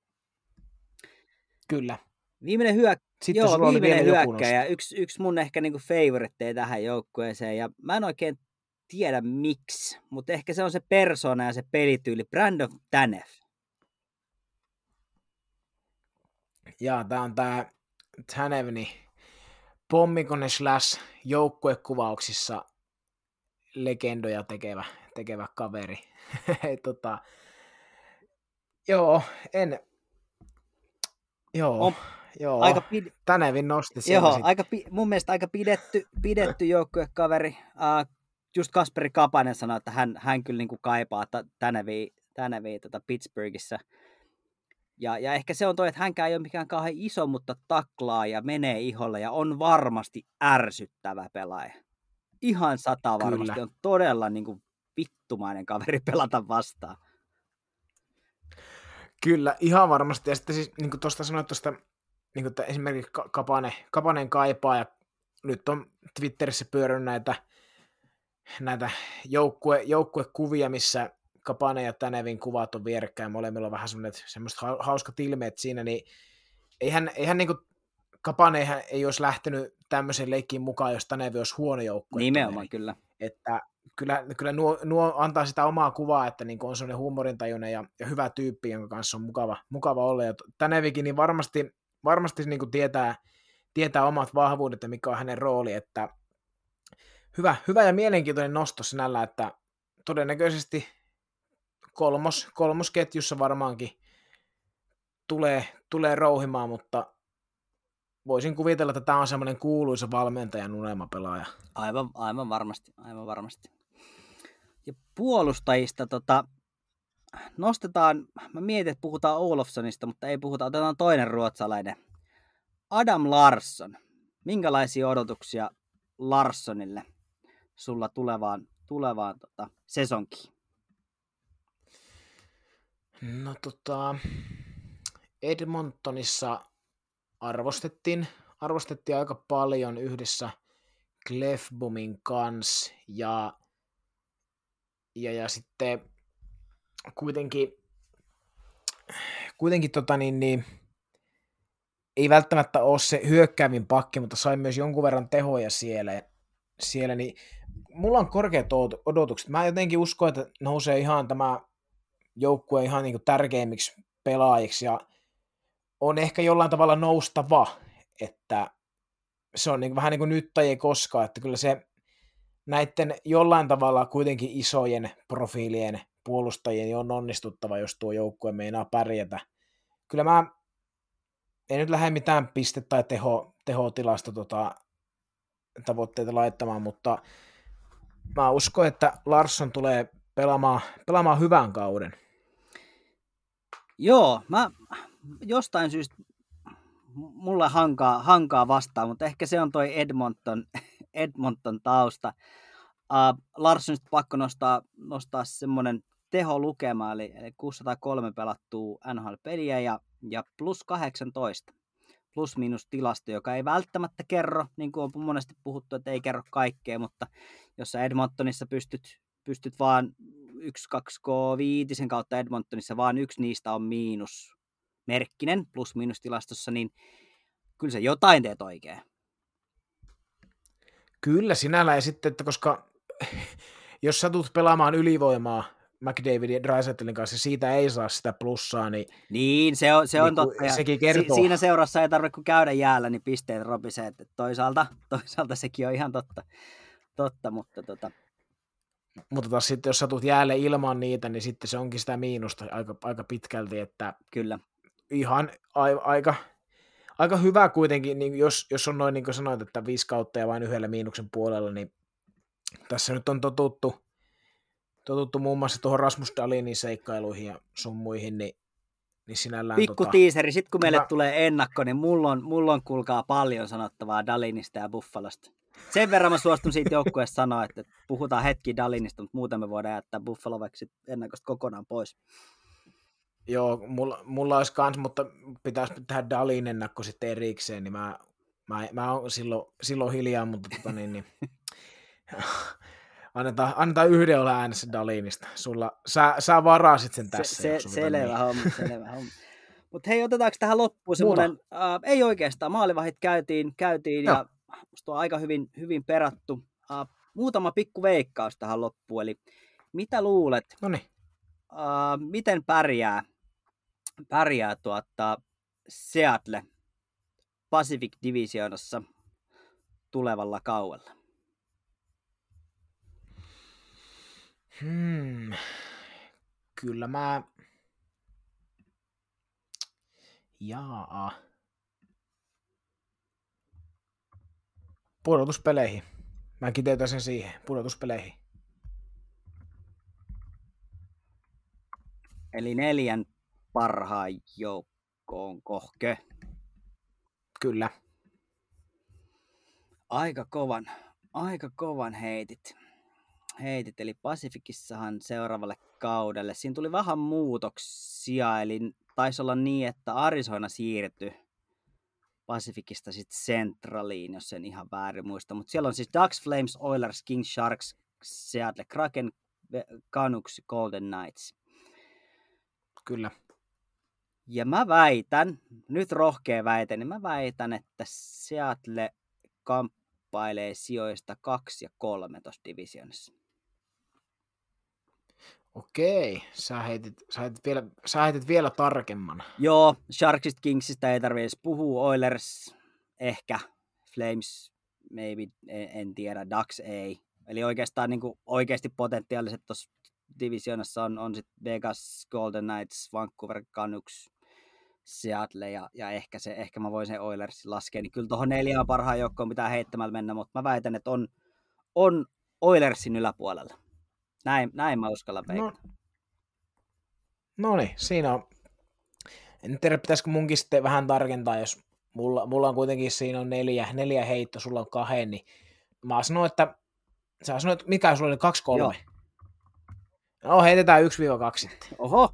Kyllä. Viimeinen hyökkäjä, yksi mun ehkä niinku favoritteja tähän joukkueeseen, ja mä en oikein tiedä miksi, mutta ehkä se on se persona ja se pelityyli, Brandon Tanev. Ja tää on tää Tanev, niin pommikone / joukkuekuvauksissa legendoja tekevä kaveri. Joo. Tanevin nosti siellä. Mun mielestä aika pidetty joukkuekaveri. Just Kasperi Kapanen sanoi, että hän kyllä niin kuin kaipaa Taneviä Pittsburghissa. Ja ehkä se on toi, että hänkään ei ole mikään kauhean iso, mutta taklaa ja menee iholle ja on varmasti ärsyttävä pelaaja. Ihan 100 varmasti. Kyllä. On todella niin kuin vittumainen kaveri pelata vastaan. Kyllä, ihan varmasti. Ja sitten siis, niin kuin tuosta sanoit, niin että esimerkiksi Kapanen kaipaa, ja nyt on Twitterissä pyörinyt näitä joukkuekuvia, missä Kapanen ja Tanevin kuvat on vierekkäin, molemmilla on vähän semmoiset hauskat ilmeet siinä, niin eihän niin kuin Kapanen ei olisi lähtenyt tämmöiseen leikkiin mukaan, jos Tanevi olisi huono joukkue. Nimenomaan, kyllä. Että kyllä nuo antaa sitä omaa kuvaa, että niin on semmoinen huumorintajuinen ja hyvä tyyppi, jonka kanssa on mukava olla. Ja Tanevikin niin varmasti niin kuin tietää omat vahvuudet ja mikä on hänen rooli. Että hyvä ja mielenkiintoinen nosto sinällä, että todennäköisesti kolmosketjussa varmaankin tulee rouhimaan, mutta voisin kuvitella, että tämä on semmoinen kuuluisa valmentajan unelmapelaaja. Aivan varmasti. Ja puolustajista nostetaan, mä mietin, että puhutaan Olofssonista, mutta ei puhuta, otetaan toinen ruotsalainen. Adam Larsson. Minkälaisia odotuksia Larssonille sulla tulevaan sesonkiin? No Edmontonissa arvostettiin aika paljon yhdessä Clefboomin kanssa ja sitten kuitenkin ei välttämättä ole se hyökkäävin pakki, mutta sai myös jonkun verran tehoja siellä niin mulla on korkeat odotukset. Mä jotenkin uskon, että nousee ihan tämä joukkue ihan niin kuin tärkeimmiksi pelaajiksi ja on ehkä jollain tavalla noustava, että se on niin kuin, vähän niin kuin nyt tai ei koskaan, että kyllä se näiden jollain tavalla kuitenkin isojen profiilien puolustajien on onnistuttava, jos tuo joukkue meinaa pärjätä. Kyllä mä en nyt lähde mitään piste- tai tehotilasta tavoitteita laittamaan, mutta mä uskon, että Larsson tulee pelaamaan hyvän kauden. Joo, mä jostain syystä mulle hankaa vastaan, mutta ehkä se on toi Edmonton tausta. Larssonista pakko nostaa semmoinen teholukema, eli 603 pelattua NHL-peliä ja plus 18 plus-miinus tilasto, joka ei välttämättä kerro, niin kuin on monesti puhuttu, että ei kerro kaikkea, mutta jos sä Edmontonissa pystyt vaan 1-2-5 kautta Edmontonissa, vaan yksi niistä on miinusmerkkinen plus-miinus tilastossa, niin kyllä sä jotain teet oikein. Kyllä sinällään, ja sitten, että koska jos sä tulet pelaamaan ylivoimaa McDavidin ja Draisaitlin kanssa, siitä ei saa sitä plussaa, niin se on totta. Sekin kertoo. Siinä seurassa ei tarvitse kuin käydä jäällä, niin pisteet ropisee. Toisaalta sekin on ihan totta mutta taas sitten, jos sä tulet jäälle ilman niitä, niin sitten se onkin sitä miinusta aika pitkälti, että kyllä. Ihan aika hyvä kuitenkin, niin jos on noin niin kuin sanoit, että 5 kautta ja vain yhdellä miinuksen puolella, niin tässä nyt on totuttu muun muassa tuohon Rasmus Dahlinin seikkailuihin ja sun muihin, niin sinällään... Pikku tiiseri, sitten kun meille tulee ennakko, niin mulla on kuulkaa paljon sanottavaa Dahlinista ja Buffalosta. Sen verran mä suostun siitä joukkueesta sanoa, että puhutaan hetki Dahlinista, mutta muuten me voidaan jättää Buffalo vaikka ennakosta kokonaan pois. Joo, mulla olisi kans, mutta pitäisi tehdä Dahlin ennakko sitten erikseen, niin mä oon silloin hiljaa, mutta niin. Annetaan yhden olla äänessä Dahlinista. Sä varasit sen tässä. Selvä homma. Mutta hei, otetaanko tähän loppuun semmoinen, ei oikeastaan, maalivahdit käytiin ja musta on aika hyvin perattu. Muutama pikku veikkaus tähän loppuun, eli mitä luulet, miten pärjää Seattle Pacific Divisionassa tulevalla kaudella? Kyllä mä... Pudotuspeleihin. Mä kiteytän sen siihen. Pudotuspeleihin. Eli 4 parhaan joukkoon kohkö? Kyllä. Aika kovan heitit. Eli Pacificissahan seuraavalle kaudelle. Siinä tuli vähän muutoksia, eli taisi olla niin, että Arizona siirtyi Pacificista sitten Centraliin, jos en ihan väärin muista. Mutta siellä on siis Ducks, Flames, Oilers, Kings, Sharks, Seattle Kraken, Canucks, Golden Knights. Kyllä. Ja mä väitän, nyt rohkea väite, niin mä väitän, että Seattle kamppailee sijoista 2 ja 3 tuossa divisionissa. Okei, sä heitit vielä tarkemman. Joo, Sharksista, Kingsista ei tarvitse edes puhua, Oilers ehkä, Flames maybe, en tiedä, Ducks ei. Eli oikeastaan niin kuin oikeasti potentiaaliset tuossa divisionassa on sitten Vegas, Golden Knights, Vancouver Canucks, Seattle ja ehkä mä voin sen Oilersin laskea, niin kyllä tuohon 4 parhaan joukkoon pitää heittämällä mennä, mutta mä väitän, että on Oilersin yläpuolella. Näin mä uskallan veikata. No niin, siinä on. En tiedä, pitäisikö munkin sitten vähän tarkentaa, jos mulla on kuitenkin siinä on 4 heitto, sulla on 2, niin mä sanon, että sä sanoit, mikä sulla oli 2-3? Joo. No, heitetään 1-2 sitten. Oho.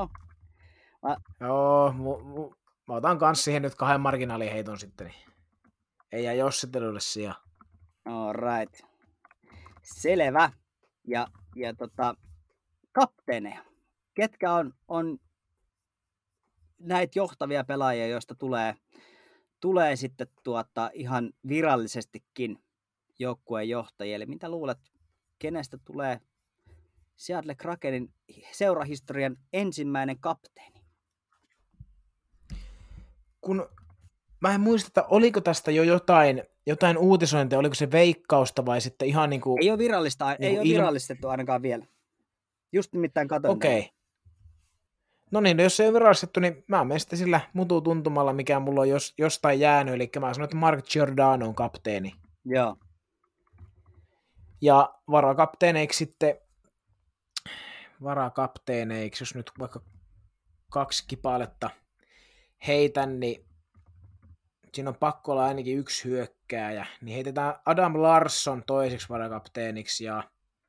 Joo, mä otan kans siihen nyt 2 marginaaliheiton sitten, niin ei jää jossittelulle sijaan. All right. Selvä. Ja kapteeneja. Ketkä on näitä johtavia pelaajia, joista tulee sitten ihan virallisestikin joukkueen johtajia. Eli mitä luulet, kenestä tulee Seattle Krakenin seurahistorian ensimmäinen kapteeni? Kun mä en muista, että oliko tästä jo jotain jotain uutisointia, oliko se veikkausta vai sitten ihan niin kuin... Ei ole virallista, ei ole virallistettu ainakaan vielä. Just nimittäin katsoin. Okei. No niin, no jos se ei ole virallistettu, niin mä menen sitten sillä mututuntumalla, mikä mulla on jostain jäänyt, eli mä sanon, että Mark Giordano on kapteeni. Joo. Ja varakapteeneiksi, jos nyt vaikka 2 kipaletta heitän, niin siinä on pakko olla ainakin 1 hyökkääjä. Niin heitetään Adam Larsson toiseksi varakapteeniksi ja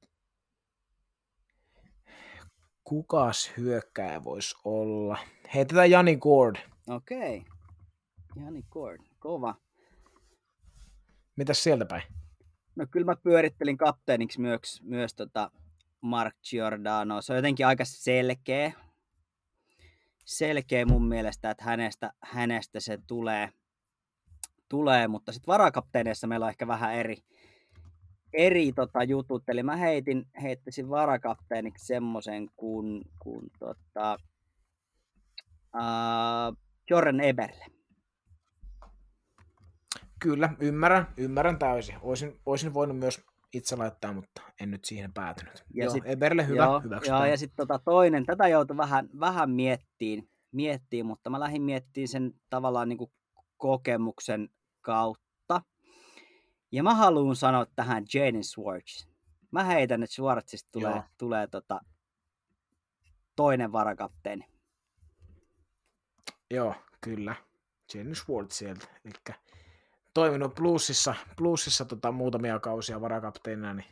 kukas hyökkääjä voisi olla? Heitetään Jani Gord. Okei. Jani Gord, kova. Mitäs sieltä päin? No kyllä mä pyörittelin kapteeniksi myös Mark Giordano. Se on jotenkin aika selkeä mun mielestä, että hänestä se tulee, mutta sitten varakapteeneissa meillä on ehkä vähän eri jutut. Eli mä heittäisin varakapteeniksi semmoisen kuin Jordan Eberle. Kyllä, ymmärrän täysin. Olisin voinut myös itse laittaa, mutta en nyt siihen päätynyt. Ja joo, sit, Eberle hyvä, hyväksytään. Joo, ja sitten toinen, tätä joutui vähän miettiin, mutta mä lähdin miettimään sen tavallaan niin kuin kokemuksen kautta. Ja mä haluan sanoa tähän Jaden Schwartz. Mä heitän, että Schwartzista tulee toinen varakapteeni. Joo, kyllä. Jaden Schwartz sieltä. Elikkä toiminut Bluesissa muutamia kausia varakapteenina, niin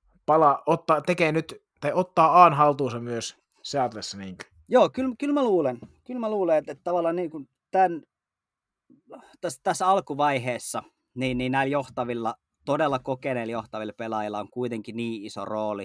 ottaa Aan haltuunsa myös Seatlessa. Niinkö? Joo, kyllä mä luulen, että tavallaan niin kuin tässä alkuvaiheessa niin näillä todella kokeneilla johtavilla pelaajilla on kuitenkin niin iso rooli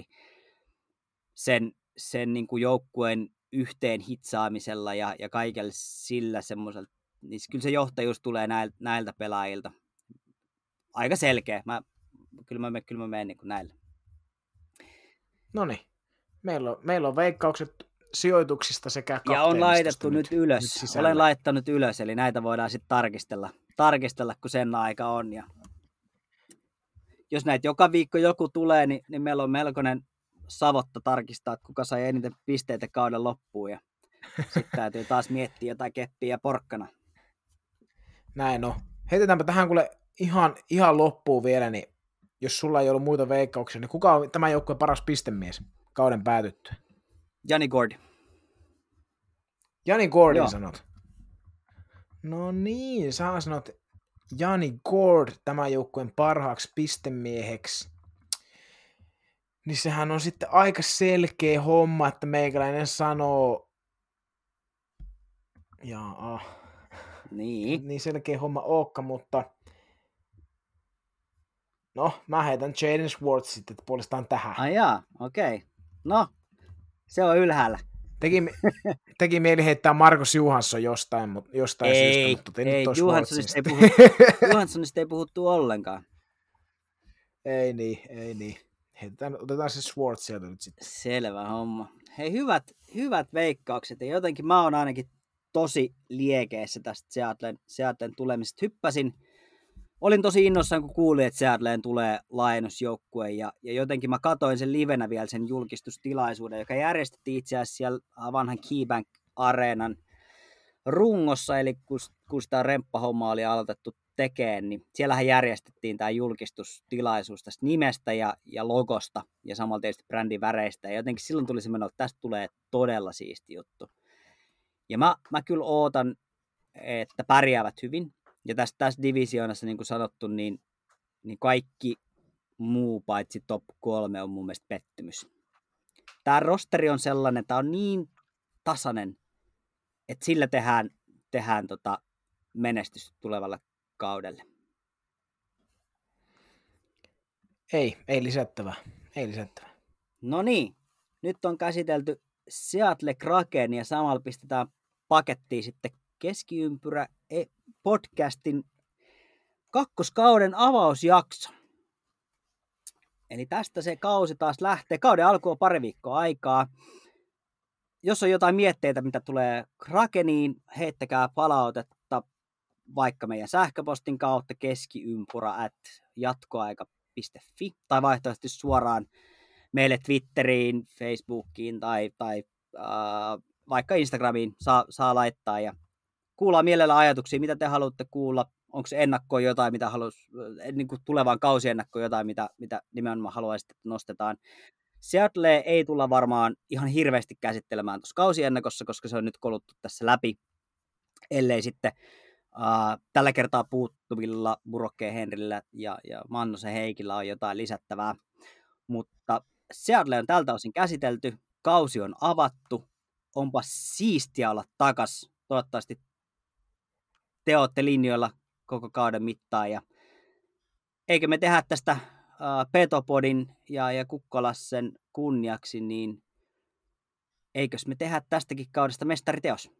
sen niin kuin joukkueen yhteen hitsaamisella ja kaikella sillä semmoisella, niin kyllä se johtajuus tulee näiltä pelaajilta. Aika selkeä. Kyllä mä menen niin kuin näillä. Noniin. Meillä on veikkaukset sijoituksista sekä kapteenista. Ja on laitettu nyt ylös. Olen laittanut ylös, eli näitä voidaan sitten tarkistella, kun sen aika on. Ja jos näitä joka viikko joku tulee, niin meillä on melkoinen savotta tarkistaa, että kuka sai eniten pisteitä kauden loppuun. Ja sitten täytyy taas miettiä jotain keppiä ja porkkana. Näin on. Heitetäänpä tähän kuule ihan loppuun vielä, niin jos sulla ei ollut muita veikkauksia, niin kuka on tämän joukkueen paras pistemies kauden päätyttyä? Jani Gord. Jani Gordin sanot. No niin, sä sanot Jani Gord tämän joukkueen parhaaksi pistemieheksi. Niin sehän on sitten aika selkeä homma, että meikäläinen sanoo... Niin selkeä homma ookka, mutta... No, mä heitän Jaden Schwartz sitten puolestaan tähän. Ai jaa, okei. No, se on ylhäällä. Teki mieli heittää Markus Johansson jostain syystä, mutta ei Johanssonista ei puhuttu ollenkaan. Ei niin. Otetaan se Schwartz sieltä nyt sitten. Selvä homma. Hei, hyvät veikkaukset. Ja jotenkin mä oon ainakin tosi liekeissä tästä Seattlen tulemisesta. Olin tosi innoissaan, kun kuulin, että Seattleen tulee laajennusjoukkue, ja jotenkin mä katoin sen livenä vielä sen julkistustilaisuuden, joka järjestettiin itse asiassa siellä vanhan KeyBank Areenan rungossa, eli kun sitä remppahommaa oli aloitettu tekemään, niin siellähän järjestettiin tämä julkistustilaisuus tästä nimestä ja logosta, ja samalla tietysti brändin väreistä, ja jotenkin silloin tuli se meno, että tästä tulee todella siisti juttu. Ja mä kyllä ootan, että pärjäävät hyvin. Ja tässä divisioonassa, niin kuin sanottu, niin kaikki muu paitsi top 3 on mun mielestä pettymys. Tämä rosteri on sellainen, että on niin tasainen, että sillä tehdään menestys tulevalle kaudelle. Ei lisättävää. No niin, nyt on käsitelty Seattle Kraken ja samalla pistetään pakettiin sitten Keskiympyrä podcastin kakkoskauden avausjakso. Eli tästä se kausi taas lähtee. Kauden alku on pari viikkoa aikaa. Jos on jotain mietteitä, mitä tulee Krakeniin, heittäkää palautetta vaikka meidän sähköpostin kautta keskiympura@jatkoaika.fi tai vaihtoehtoisesti suoraan meille Twitteriin, Facebookiin tai vaikka Instagramiin saa laittaa ja kuullaan mielellä ajatuksia, mitä te haluatte kuulla. Onko ennakkoa jotain, mitä niin kuin tulevaan kausiennakkoon jotain, mitä nimenomaan haluaisitte, että nostetaan. Seattle ei tulla varmaan ihan hirveästi käsittelemään tuossa kausiennakossa, koska se on nyt koluttu tässä läpi, ellei sitten tällä kertaa puuttuvilla Burokkeen Henrillä ja Mannosen Heikillä on jotain lisättävää. Mutta Seattle on tältä osin käsitelty, kausi on avattu, onpa siistiä olla takas. Toivottavasti te olette linjoilla koko kauden mittaan. Ja eikö me tehdä tästä Petopodin ja Kukkolassen kunniaksi, niin eikös me tehdä tästäkin kaudesta mestariteos?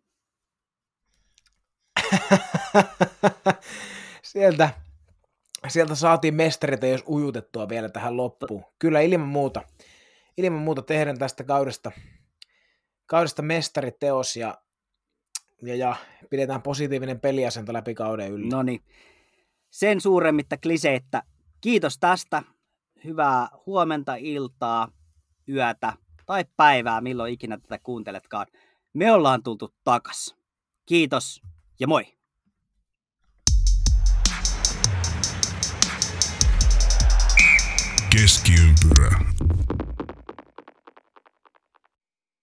Sieltä saatiin mestariteos ujutettua vielä tähän loppuun. Kyllä ilman muuta tehdään tästä kaudesta mestariteos ja pidetään positiivinen peliasento läpi kauden yllä. No niin, sen suuremmitta kliseettä. Kiitos tästä. Hyvää huomenta, iltaa, yötä tai päivää, milloin ikinä tätä kuunteletkaan. Me ollaan tultu takas. Kiitos ja moi! Keskiympyrä.